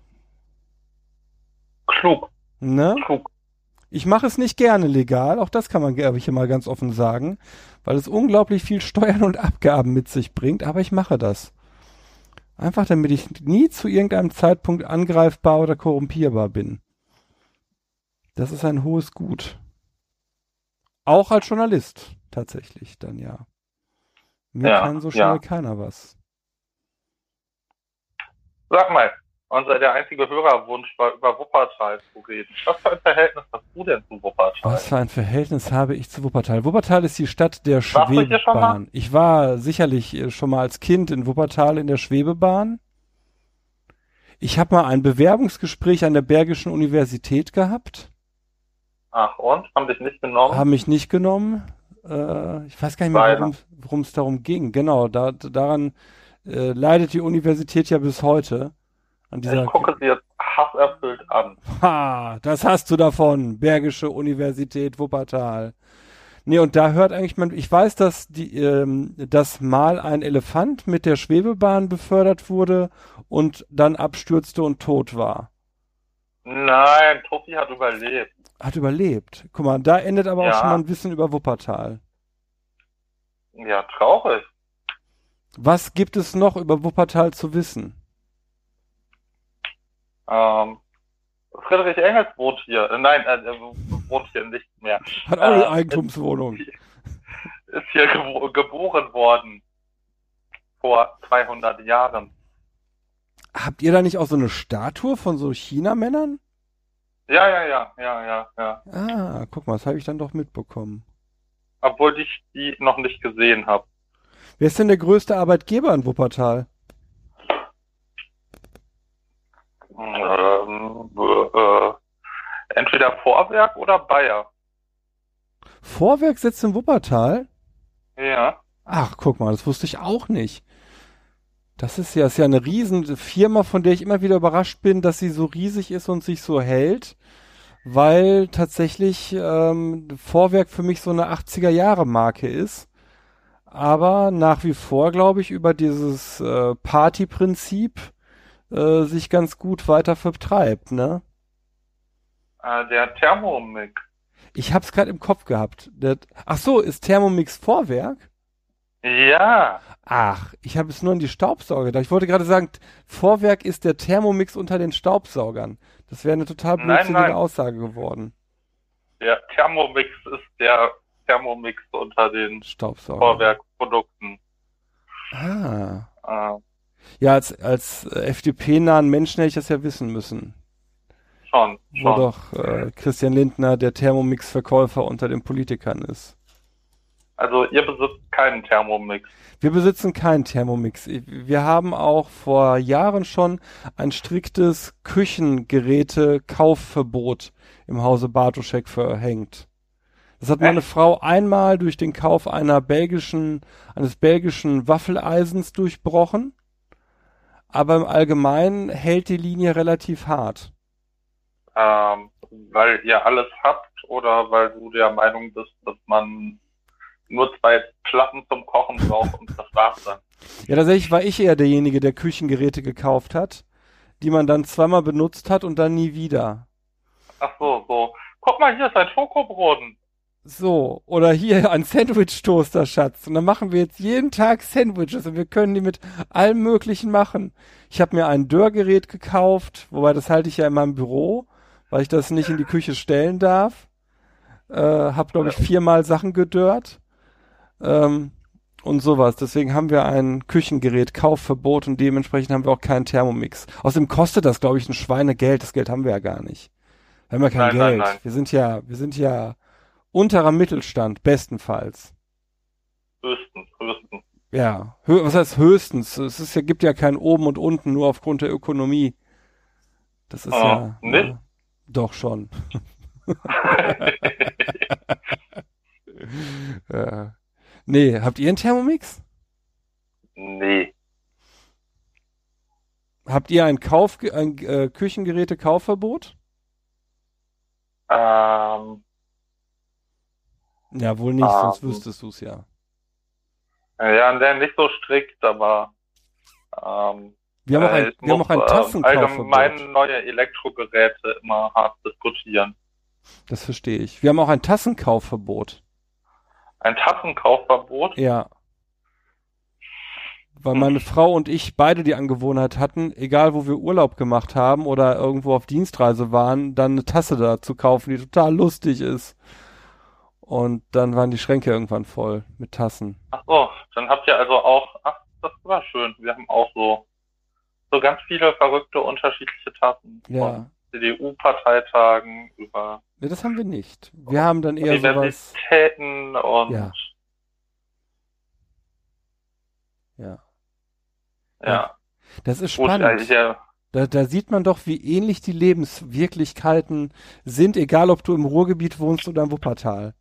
Klug, Ne? klug. Ich mache es nicht gerne legal, auch das kann man, glaube ich, hier mal ganz offen sagen, weil es unglaublich viel Steuern und Abgaben mit sich bringt, aber ich mache das. Einfach damit ich nie zu irgendeinem Zeitpunkt angreifbar oder korrumpierbar bin. Das ist ein hohes Gut. Auch als Journalist, tatsächlich, dann ja. Mir kann so schnell keiner was. Sag mal, der einzige Hörerwunsch war über Wuppertal zu reden. Was für ein Verhältnis hast du denn zu Wuppertal? Was für ein Verhältnis habe ich zu Wuppertal? Wuppertal ist die Stadt der Warst du hier schon mal? Schwebebahn. Ich war sicherlich schon mal als Kind in Wuppertal in der Schwebebahn. Ich habe mal ein Bewerbungsgespräch an der Bergischen Universität gehabt. Ach und? Haben dich nicht genommen? Haben mich nicht genommen. Ich weiß gar nicht mehr, worum es darum ging. Genau, daran leidet die Universität ja bis heute. Ich gucke sie jetzt hasserfüllt an. Ha, das hast du davon. Bergische Universität Wuppertal. Nee, und da hört eigentlich ich weiß, dass dass mal ein Elefant mit der Schwebebahn befördert wurde und dann abstürzte und tot war. Nein, Tofi hat überlebt. Hat überlebt. Guck mal, da endet aber auch schon mal ein Wissen über Wuppertal. Ja, traurig. Was gibt es noch über Wuppertal zu wissen? Friedrich Engels wohnt hier. Nein, wohnt hier nicht mehr. Hat auch eine Eigentumswohnung. Ist hier geboren worden. Vor 200 Jahren. Habt ihr da nicht auch so eine Statue von so China-Männern? Ja. Ah, guck mal, das habe ich dann doch mitbekommen. Obwohl ich die noch nicht gesehen habe. Wer ist denn der größte Arbeitgeber in Wuppertal? Entweder Vorwerk oder Bayer. Vorwerk sitzt in Wuppertal? Ja. Ach, guck mal, das wusste ich auch nicht. Das ist ja eine riesen Firma, von der ich immer wieder überrascht bin, dass sie so riesig ist und sich so hält, weil tatsächlich Vorwerk für mich so eine 80er-Jahre-Marke ist. Aber nach wie vor, glaube ich, über dieses Party-Prinzip sich ganz gut weiter vertreibt, ne? Der Thermomix. Ich hab's gerade im Kopf gehabt. Ach so, ist Thermomix Vorwerk? Ja. Ach, ich habe es nur an die Staubsauger gedacht. Ich wollte gerade sagen, Vorwerk ist der Thermomix unter den Staubsaugern. Das wäre eine total blödsinnige Aussage geworden. Der Thermomix ist der Thermomix unter den Vorwerkprodukten. Ah. Ja, als FDP-nahen Menschen hätte ich das ja wissen müssen. Schon. Wo doch Christian Lindner der Thermomix-Verkäufer unter den Politikern ist. Also ihr besitzt keinen Thermomix. Wir besitzen keinen Thermomix. Wir haben auch vor Jahren schon ein striktes Küchengeräte-Kaufverbot im Hause Bartoschek verhängt. Das hat meine Frau einmal durch den Kauf eines belgischen Waffeleisens durchbrochen. Aber im Allgemeinen hält die Linie relativ hart. Weil ihr alles habt oder weil du der Meinung bist, dass man nur 2 Platten zum Kochen braucht und das war's dann? Ja, tatsächlich war ich eher derjenige, der Küchengeräte gekauft hat, die man dann zweimal benutzt hat und dann nie wieder. Ach so. Guck mal, hier ist ein Schokobraten. So, oder hier ein Sandwich-Toaster, Schatz. Und dann machen wir jetzt jeden Tag Sandwiches und wir können die mit allem Möglichen machen. Ich habe mir ein Dörrgerät gekauft, wobei das halte ich ja in meinem Büro, weil ich das nicht in die Küche stellen darf. Hab, glaube ich, 4-mal Sachen gedörrt. Und sowas. Deswegen haben wir ein Küchengerät, Kaufverbot und dementsprechend haben wir auch keinen Thermomix. Außerdem kostet das, glaube ich, ein Schweinegeld. Das Geld haben wir ja gar nicht. Wir haben ja kein Geld. Nein. Wir sind ja unterer Mittelstand, bestenfalls. Höchstens. Ja, was heißt höchstens? Gibt ja kein Oben und Unten, nur aufgrund der Ökonomie. Das ist nicht? Doch schon. Nee, habt ihr einen Thermomix? Nee. Habt ihr ein Küchengeräte-Kaufverbot? Ähm, Ja, wohl nicht, sonst ähm, wüsstest du es ja. ja, nicht so strikt, aber Wir haben auch ein, ich wir haben muss auch ein Tassenkaufverbot. allgemein neue Elektrogeräte immer hart diskutieren. Das verstehe ich. Wir haben auch ein Tassenkaufverbot. Ein Tassenkaufverbot? Ja. Weil meine Frau und ich beide die Angewohnheit hatten, egal wo wir Urlaub gemacht haben oder irgendwo auf Dienstreise waren, dann eine Tasse da zu kaufen, die total lustig ist. Und dann waren die Schränke irgendwann voll mit Tassen. Ach so, dann habt ihr also auch, ach, das war schön. Wir haben auch so ganz viele verrückte unterschiedliche Tassen. Ja. Von CDU-Parteitagen über Nee, das haben wir nicht. Wir haben dann eher sowas. Universitäten und Ja. Ja. ja. Das ist Gut, spannend. ja, Da sieht man doch, wie ähnlich die Lebenswirklichkeiten sind, egal ob du im Ruhrgebiet wohnst oder im Wuppertal.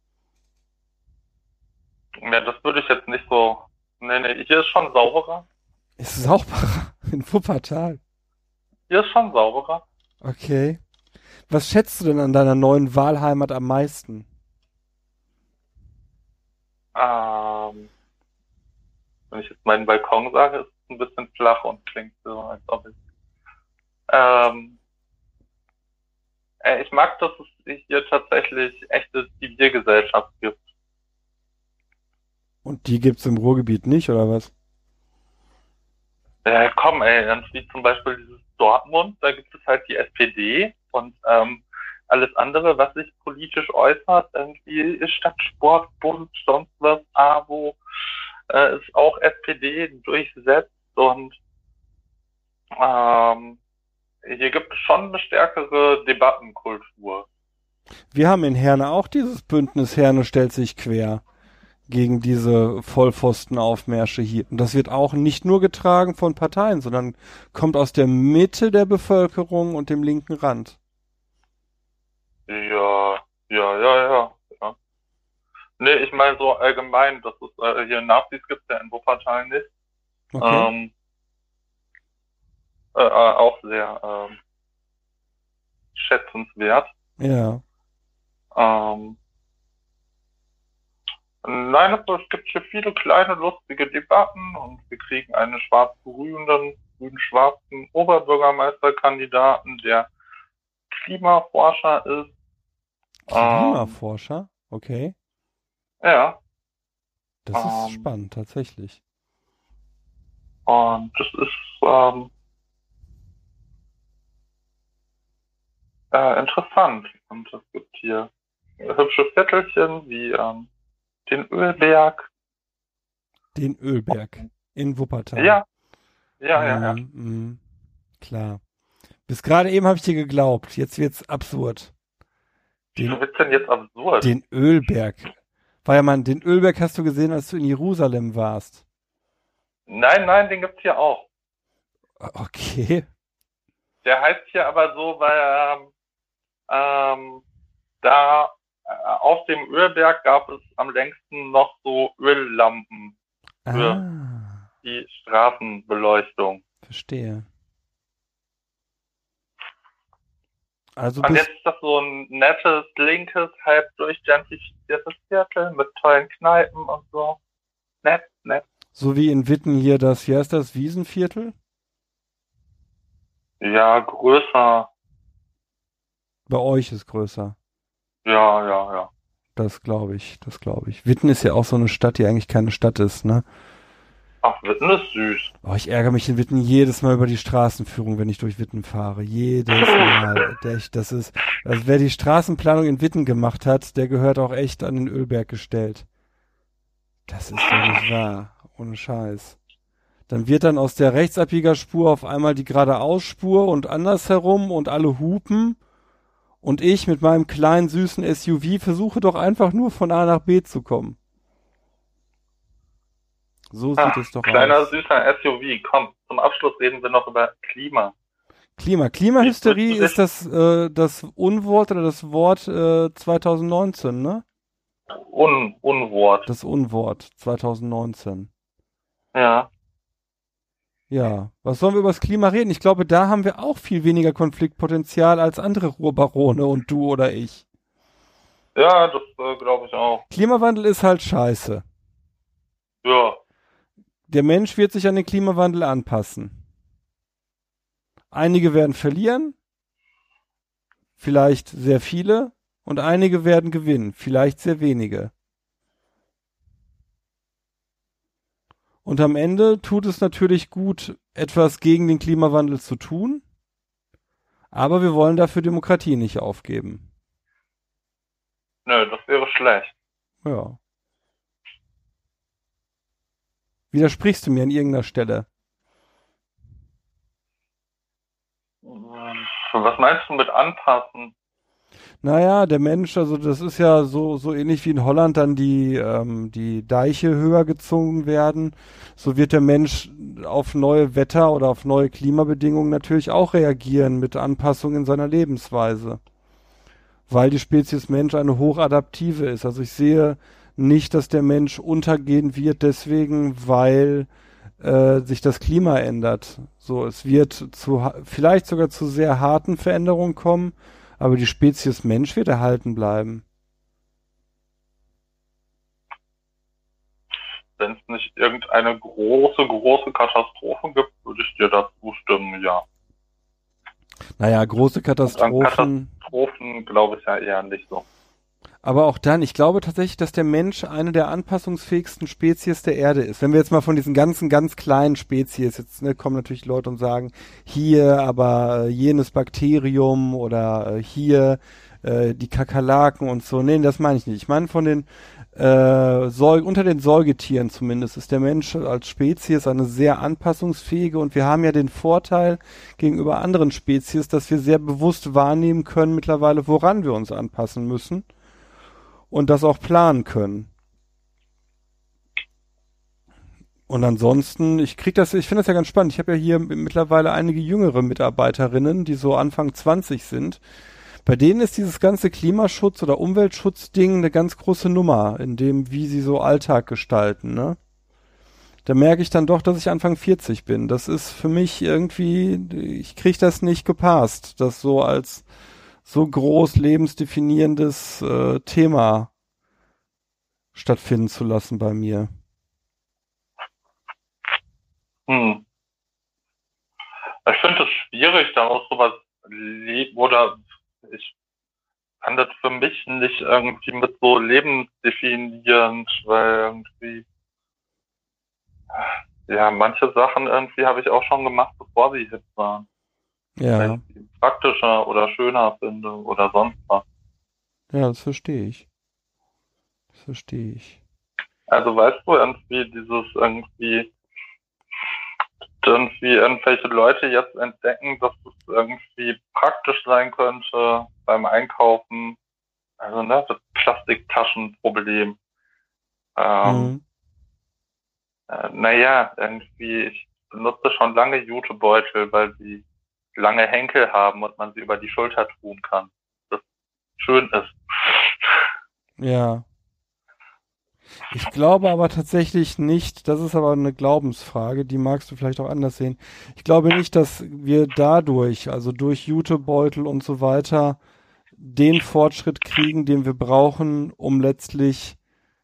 ja, das würde ich jetzt nicht so. Nee, hier ist schon sauberer. Ist sauberer in Wuppertal. Hier ist schon sauberer. Okay. Was schätzt du denn an deiner neuen Wahlheimat am meisten? Wenn ich jetzt meinen Balkon sage, ist es ein bisschen flach und klingt so, als ob ich. Ich mag, dass es hier tatsächlich echte Zivilgesellschaft gibt. Und die gibt's im Ruhrgebiet nicht, oder was? Komm, wie zum Beispiel dieses Dortmund, da gibt es halt die SPD und alles andere, was sich politisch äußert, irgendwie Stadtsportbund, sonst was, AWO, ist auch SPD durchsetzt und hier gibt es schon eine stärkere Debattenkultur. Wir haben in Herne auch dieses Bündnis Herne stellt sich quer gegen diese Vollpfostenaufmärsche hier. Und das wird auch nicht nur getragen von Parteien, sondern kommt aus der Mitte der Bevölkerung und dem linken Rand. Ja. Nee, ich meine so allgemein, dass es hier Nazis gibt, ja in Wuppertal nicht. Okay. Auch sehr schätzenswert. Ja. Nein, es gibt hier viele kleine lustige Debatten und wir kriegen einen grün-schwarzen Oberbürgermeisterkandidaten, der Klimaforscher ist. Klimaforscher? Okay. Ja. Das ist spannend, tatsächlich. Und das ist interessant. Und es gibt hier hübsche Viertelchen wie den Ölberg. Den Ölberg in Wuppertal. Ja. Klar. Bis gerade eben habe ich dir geglaubt. Jetzt wird's absurd. Was wird's denn jetzt absurd? Den Ölberg. Weiermann, den Ölberg hast du gesehen, als du in Jerusalem warst. Nein, den gibt's hier auch. Okay. Der heißt hier aber so, weil da auf dem Ölberg gab es am längsten noch so Öllampen für die Straßenbeleuchtung. Verstehe. Also Und jetzt ist das so ein nettes, linkes, halb durchgentrifiziertes Viertel mit tollen Kneipen und so. Nett. So wie in Witten hier das, wie heißt das, Wiesenviertel? Ja, größer. Bei euch ist größer. Ja. Das glaube ich. Witten ist ja auch so eine Stadt, die eigentlich keine Stadt ist, ne? Ach, Witten ist süß. Oh, ich ärgere mich in Witten jedes Mal über die Straßenführung, wenn ich durch Witten fahre. Jedes Mal. Also wer die Straßenplanung in Witten gemacht hat, der gehört auch echt an den Ölberg gestellt. Das ist doch nicht wahr. Ohne Scheiß. Dann wird dann aus der Rechtsabbiegerspur auf einmal die Geradeausspur und andersherum und alle hupen. Und ich mit meinem kleinen, süßen SUV versuche doch einfach nur von A nach B zu kommen. So sieht es doch kleiner, aus. süßer SUV. Komm, zum Abschluss reden wir noch über Klima. Klimahysterie ist das Unwort oder das Wort 2019, ne? Unwort. Das Unwort 2019. Ja. Ja, was sollen wir über das Klima reden? Ich glaube, da haben wir auch viel weniger Konfliktpotenzial als andere Ruhrbarone und du oder ich. Ja, das glaube ich auch. Klimawandel ist halt scheiße. Ja, Der Mensch wird sich an den Klimawandel anpassen. Einige werden verlieren, vielleicht sehr viele, und einige werden gewinnen, vielleicht sehr wenige. Und am Ende tut es natürlich gut, etwas gegen den Klimawandel zu tun, aber wir wollen dafür Demokratie nicht aufgeben. nö, das wäre schlecht. Ja. Widersprichst du mir an irgendeiner Stelle? Was meinst du mit anpassen? Naja, der Mensch, also das ist ja so ähnlich wie in Holland dann die Deiche höher gezogen werden. So wird der Mensch auf neue Wetter- oder auf neue Klimabedingungen natürlich auch reagieren mit Anpassungen in seiner Lebensweise. Weil die Spezies Mensch eine hochadaptive ist. Also ich sehe nicht, dass der Mensch untergehen wird deswegen, weil sich das Klima ändert. So, es wird vielleicht sogar zu sehr harten Veränderungen kommen, aber die Spezies Mensch wird erhalten bleiben. Wenn es nicht irgendeine große Katastrophe gibt, würde ich dir dazu stimmen, ja. Naja, große Und an Katastrophen. Katastrophen glaube ich ja eher nicht so. Aber auch dann, ich glaube tatsächlich, dass der Mensch eine der anpassungsfähigsten Spezies der Erde ist. Wenn wir jetzt mal von diesen ganzen ganz kleinen Spezies, jetzt kommen natürlich Leute und sagen, hier aber jenes Bakterium oder hier die Kakerlaken und so. Nee, das meine ich nicht. Ich meine von den unter den Säugetieren zumindest ist der Mensch als Spezies eine sehr anpassungsfähige, und wir haben ja den Vorteil gegenüber anderen Spezies, dass wir sehr bewusst wahrnehmen können mittlerweile, woran wir uns anpassen müssen. Und das auch planen können. Und ansonsten, ich finde das ja ganz spannend. Ich habe ja hier mittlerweile einige jüngere Mitarbeiterinnen, die so Anfang 20 sind. Bei denen ist dieses ganze Klimaschutz- oder Umweltschutzding eine ganz große Nummer, in dem, wie sie so Alltag gestalten, ne? Da merke ich dann doch, dass ich Anfang 40 bin. Das ist für mich irgendwie, ich kriege das nicht gepasst, das so als so groß lebensdefinierendes Thema stattfinden zu lassen bei mir. Ich finde es schwierig, daraus sowas oder ich kann das für mich nicht irgendwie mit so lebensdefinierend, weil irgendwie, ja, manche Sachen irgendwie habe ich auch schon gemacht, bevor sie hip waren. Weil Ja, ich sie praktischer oder schöner finde oder sonst was. ja, das verstehe ich. Das verstehe ich. Also weißt du, irgendwie irgendwelche Leute jetzt entdecken, dass es irgendwie praktisch sein könnte beim Einkaufen. Also, ne, das Plastiktaschenproblem. Mhm. Naja, irgendwie, ich benutze schon lange Jutebeutel, weil sie lange Henkel haben und man sie über die Schulter tun kann. Das schön ist. Ja. Ich glaube aber tatsächlich nicht, das ist aber eine Glaubensfrage, die magst du vielleicht auch anders sehen. Ich glaube nicht, dass wir dadurch, also durch Jutebeutel und so weiter, den Fortschritt kriegen, den wir brauchen, um letztlich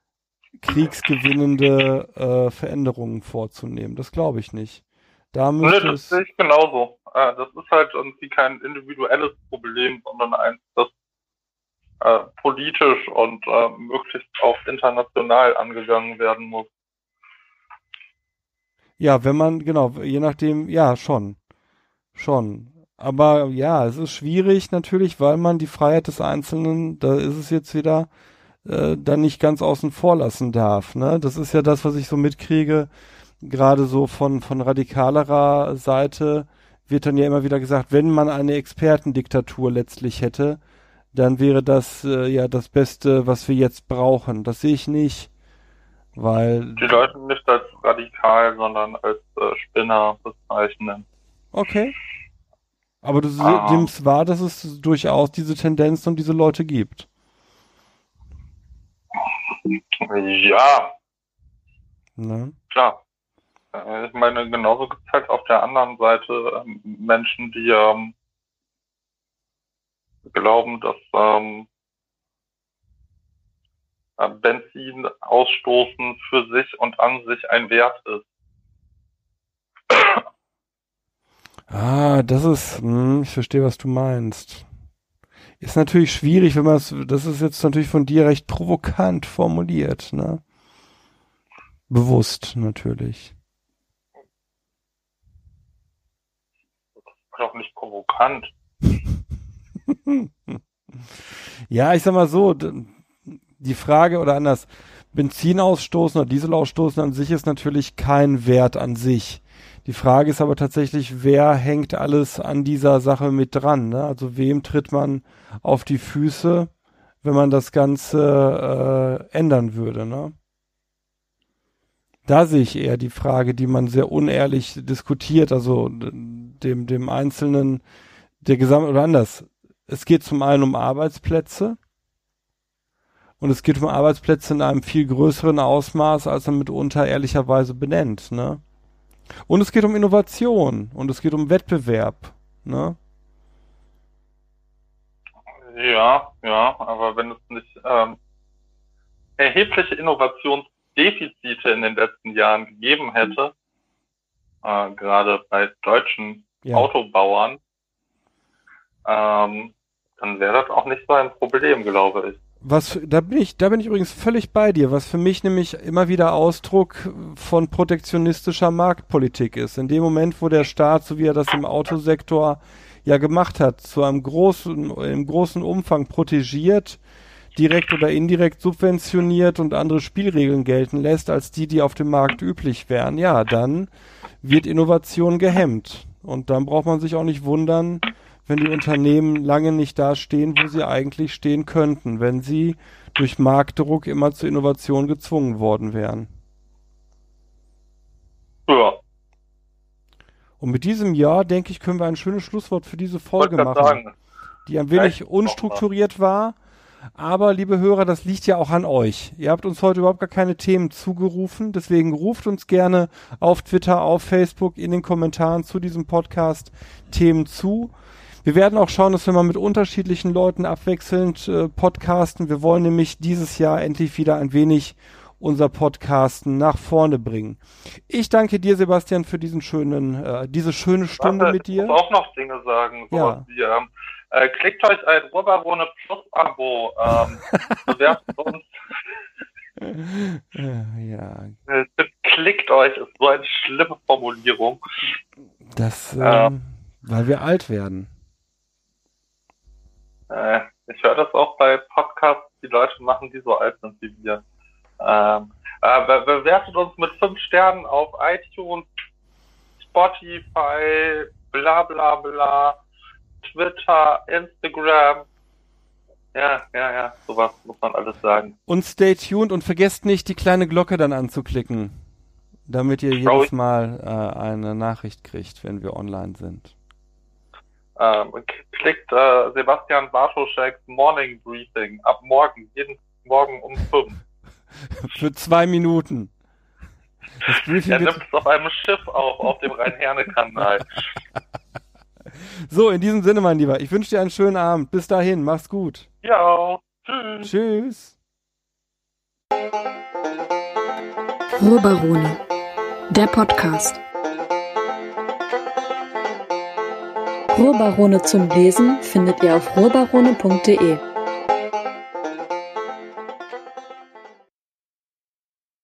kriegsgewinnende Veränderungen vorzunehmen. Das glaube ich nicht. Da Ne, müsste das sehe es, ich genauso. Das ist halt irgendwie kein individuelles Problem, sondern eins, das politisch und möglichst auch international angegangen werden muss. ja, wenn man, genau, je nachdem, ja, schon. Schon. Aber ja, es ist schwierig natürlich, weil man die Freiheit des Einzelnen, da ist es jetzt wieder, dann nicht ganz außen vor lassen darf. Ne? Das ist ja das, was ich so mitkriege, gerade so von radikalerer Seite wird dann ja immer wieder gesagt, wenn man eine Expertendiktatur letztlich hätte, dann wäre das ja das Beste, was wir jetzt brauchen. Das sehe ich nicht, weil, Die Leute nicht als radikal, sondern als Spinner bezeichnen. okay. Aber du Ah, nimmst wahr, dass es durchaus diese Tendenz und diese Leute gibt. ja, Ne? klar. Ich meine, genauso gibt es halt auf der anderen Seite Menschen, die glauben, dass Benzin ausstoßen für sich und an sich ein Wert ist. Das ist, ich verstehe, was du meinst. Ist natürlich schwierig, wenn man das ist jetzt natürlich von dir recht provokant formuliert, ne? Bewusst, natürlich. Das ist doch nicht provokant. Ja, ich sag mal so, die Frage oder anders, Benzin ausstoßen oder Diesel ausstoßen an sich ist natürlich kein Wert an sich. Die Frage ist aber tatsächlich, wer hängt alles an dieser Sache mit dran, ne? Also wem tritt man auf die Füße, wenn man das Ganze ändern würde, ne? Da sehe ich eher die Frage, die man sehr unehrlich diskutiert, also dem Einzelnen, der Gesamt oder anders. Es geht zum einen um Arbeitsplätze und es geht um Arbeitsplätze in einem viel größeren Ausmaß, als man mitunter ehrlicherweise benennt, ne? Und es geht um Innovation und es geht um Wettbewerb, ne? Ja, aber wenn es nicht erhebliche Innovationsdefizite in den letzten Jahren gegeben hätte, gerade bei deutschen Autobauern, dann wäre das auch nicht so ein Problem, glaube ich. Da bin ich übrigens völlig bei dir, was für mich nämlich immer wieder Ausdruck von protektionistischer Marktpolitik ist. In dem Moment, wo der Staat, so wie er das im Autosektor ja gemacht hat, im großen Umfang protegiert, direkt oder indirekt subventioniert und andere Spielregeln gelten lässt, als die auf dem Markt üblich wären, ja, dann wird Innovation gehemmt. Und dann braucht man sich auch nicht wundern, wenn die Unternehmen lange nicht da stehen, wo sie eigentlich stehen könnten, wenn sie durch Marktdruck immer zur Innovation gezwungen worden wären. Ja. Und mit diesem Jahr, denke ich, können wir ein schönes Schlusswort für diese Folge machen, die ein wenig unstrukturiert war. Aber, liebe Hörer, das liegt ja auch an euch. Ihr habt uns heute überhaupt gar keine Themen zugerufen, deswegen ruft uns gerne auf Twitter, auf Facebook, in den Kommentaren zu diesem Podcast Themen zu. Wir werden auch schauen, dass wir mal mit unterschiedlichen Leuten abwechselnd podcasten. Wir wollen nämlich dieses Jahr endlich wieder ein wenig unser Podcasten nach vorne bringen. Ich danke dir, Sebastian, für diese schöne Stunde mit dir. Ich muss auch noch Dinge sagen. Sowas wie, klickt euch ein Ruhrbarone Plus Abo. Bewertet uns. Klickt euch, ist so eine schlimme Formulierung. Weil wir alt werden. Ich höre das auch bei Podcasts, die Leute machen, die so alt sind wie wir. Bewertet uns mit 5 Sternen auf iTunes, Spotify, bla bla bla, Twitter, Instagram. Ja, sowas muss man alles sagen. Und stay tuned und vergesst nicht, die kleine Glocke dann anzuklicken, damit ihr jedes Mal eine Nachricht kriegt, wenn wir online sind. Klickt Sebastian Bartoscheks Morning Briefing ab morgen, jeden Morgen um 5. Für 2 Minuten. Das Briefing er nimmt es auf einem Schiff auf dem Rhein-Herne-Kanal. So, in diesem Sinne, mein Lieber, ich wünsche dir einen schönen Abend. Bis dahin, mach's gut. Ja, tschüss. Tschüss. Ruhrbarone, der Podcast. Ruhrbarone zum Lesen findet ihr auf ruhrbarone.de.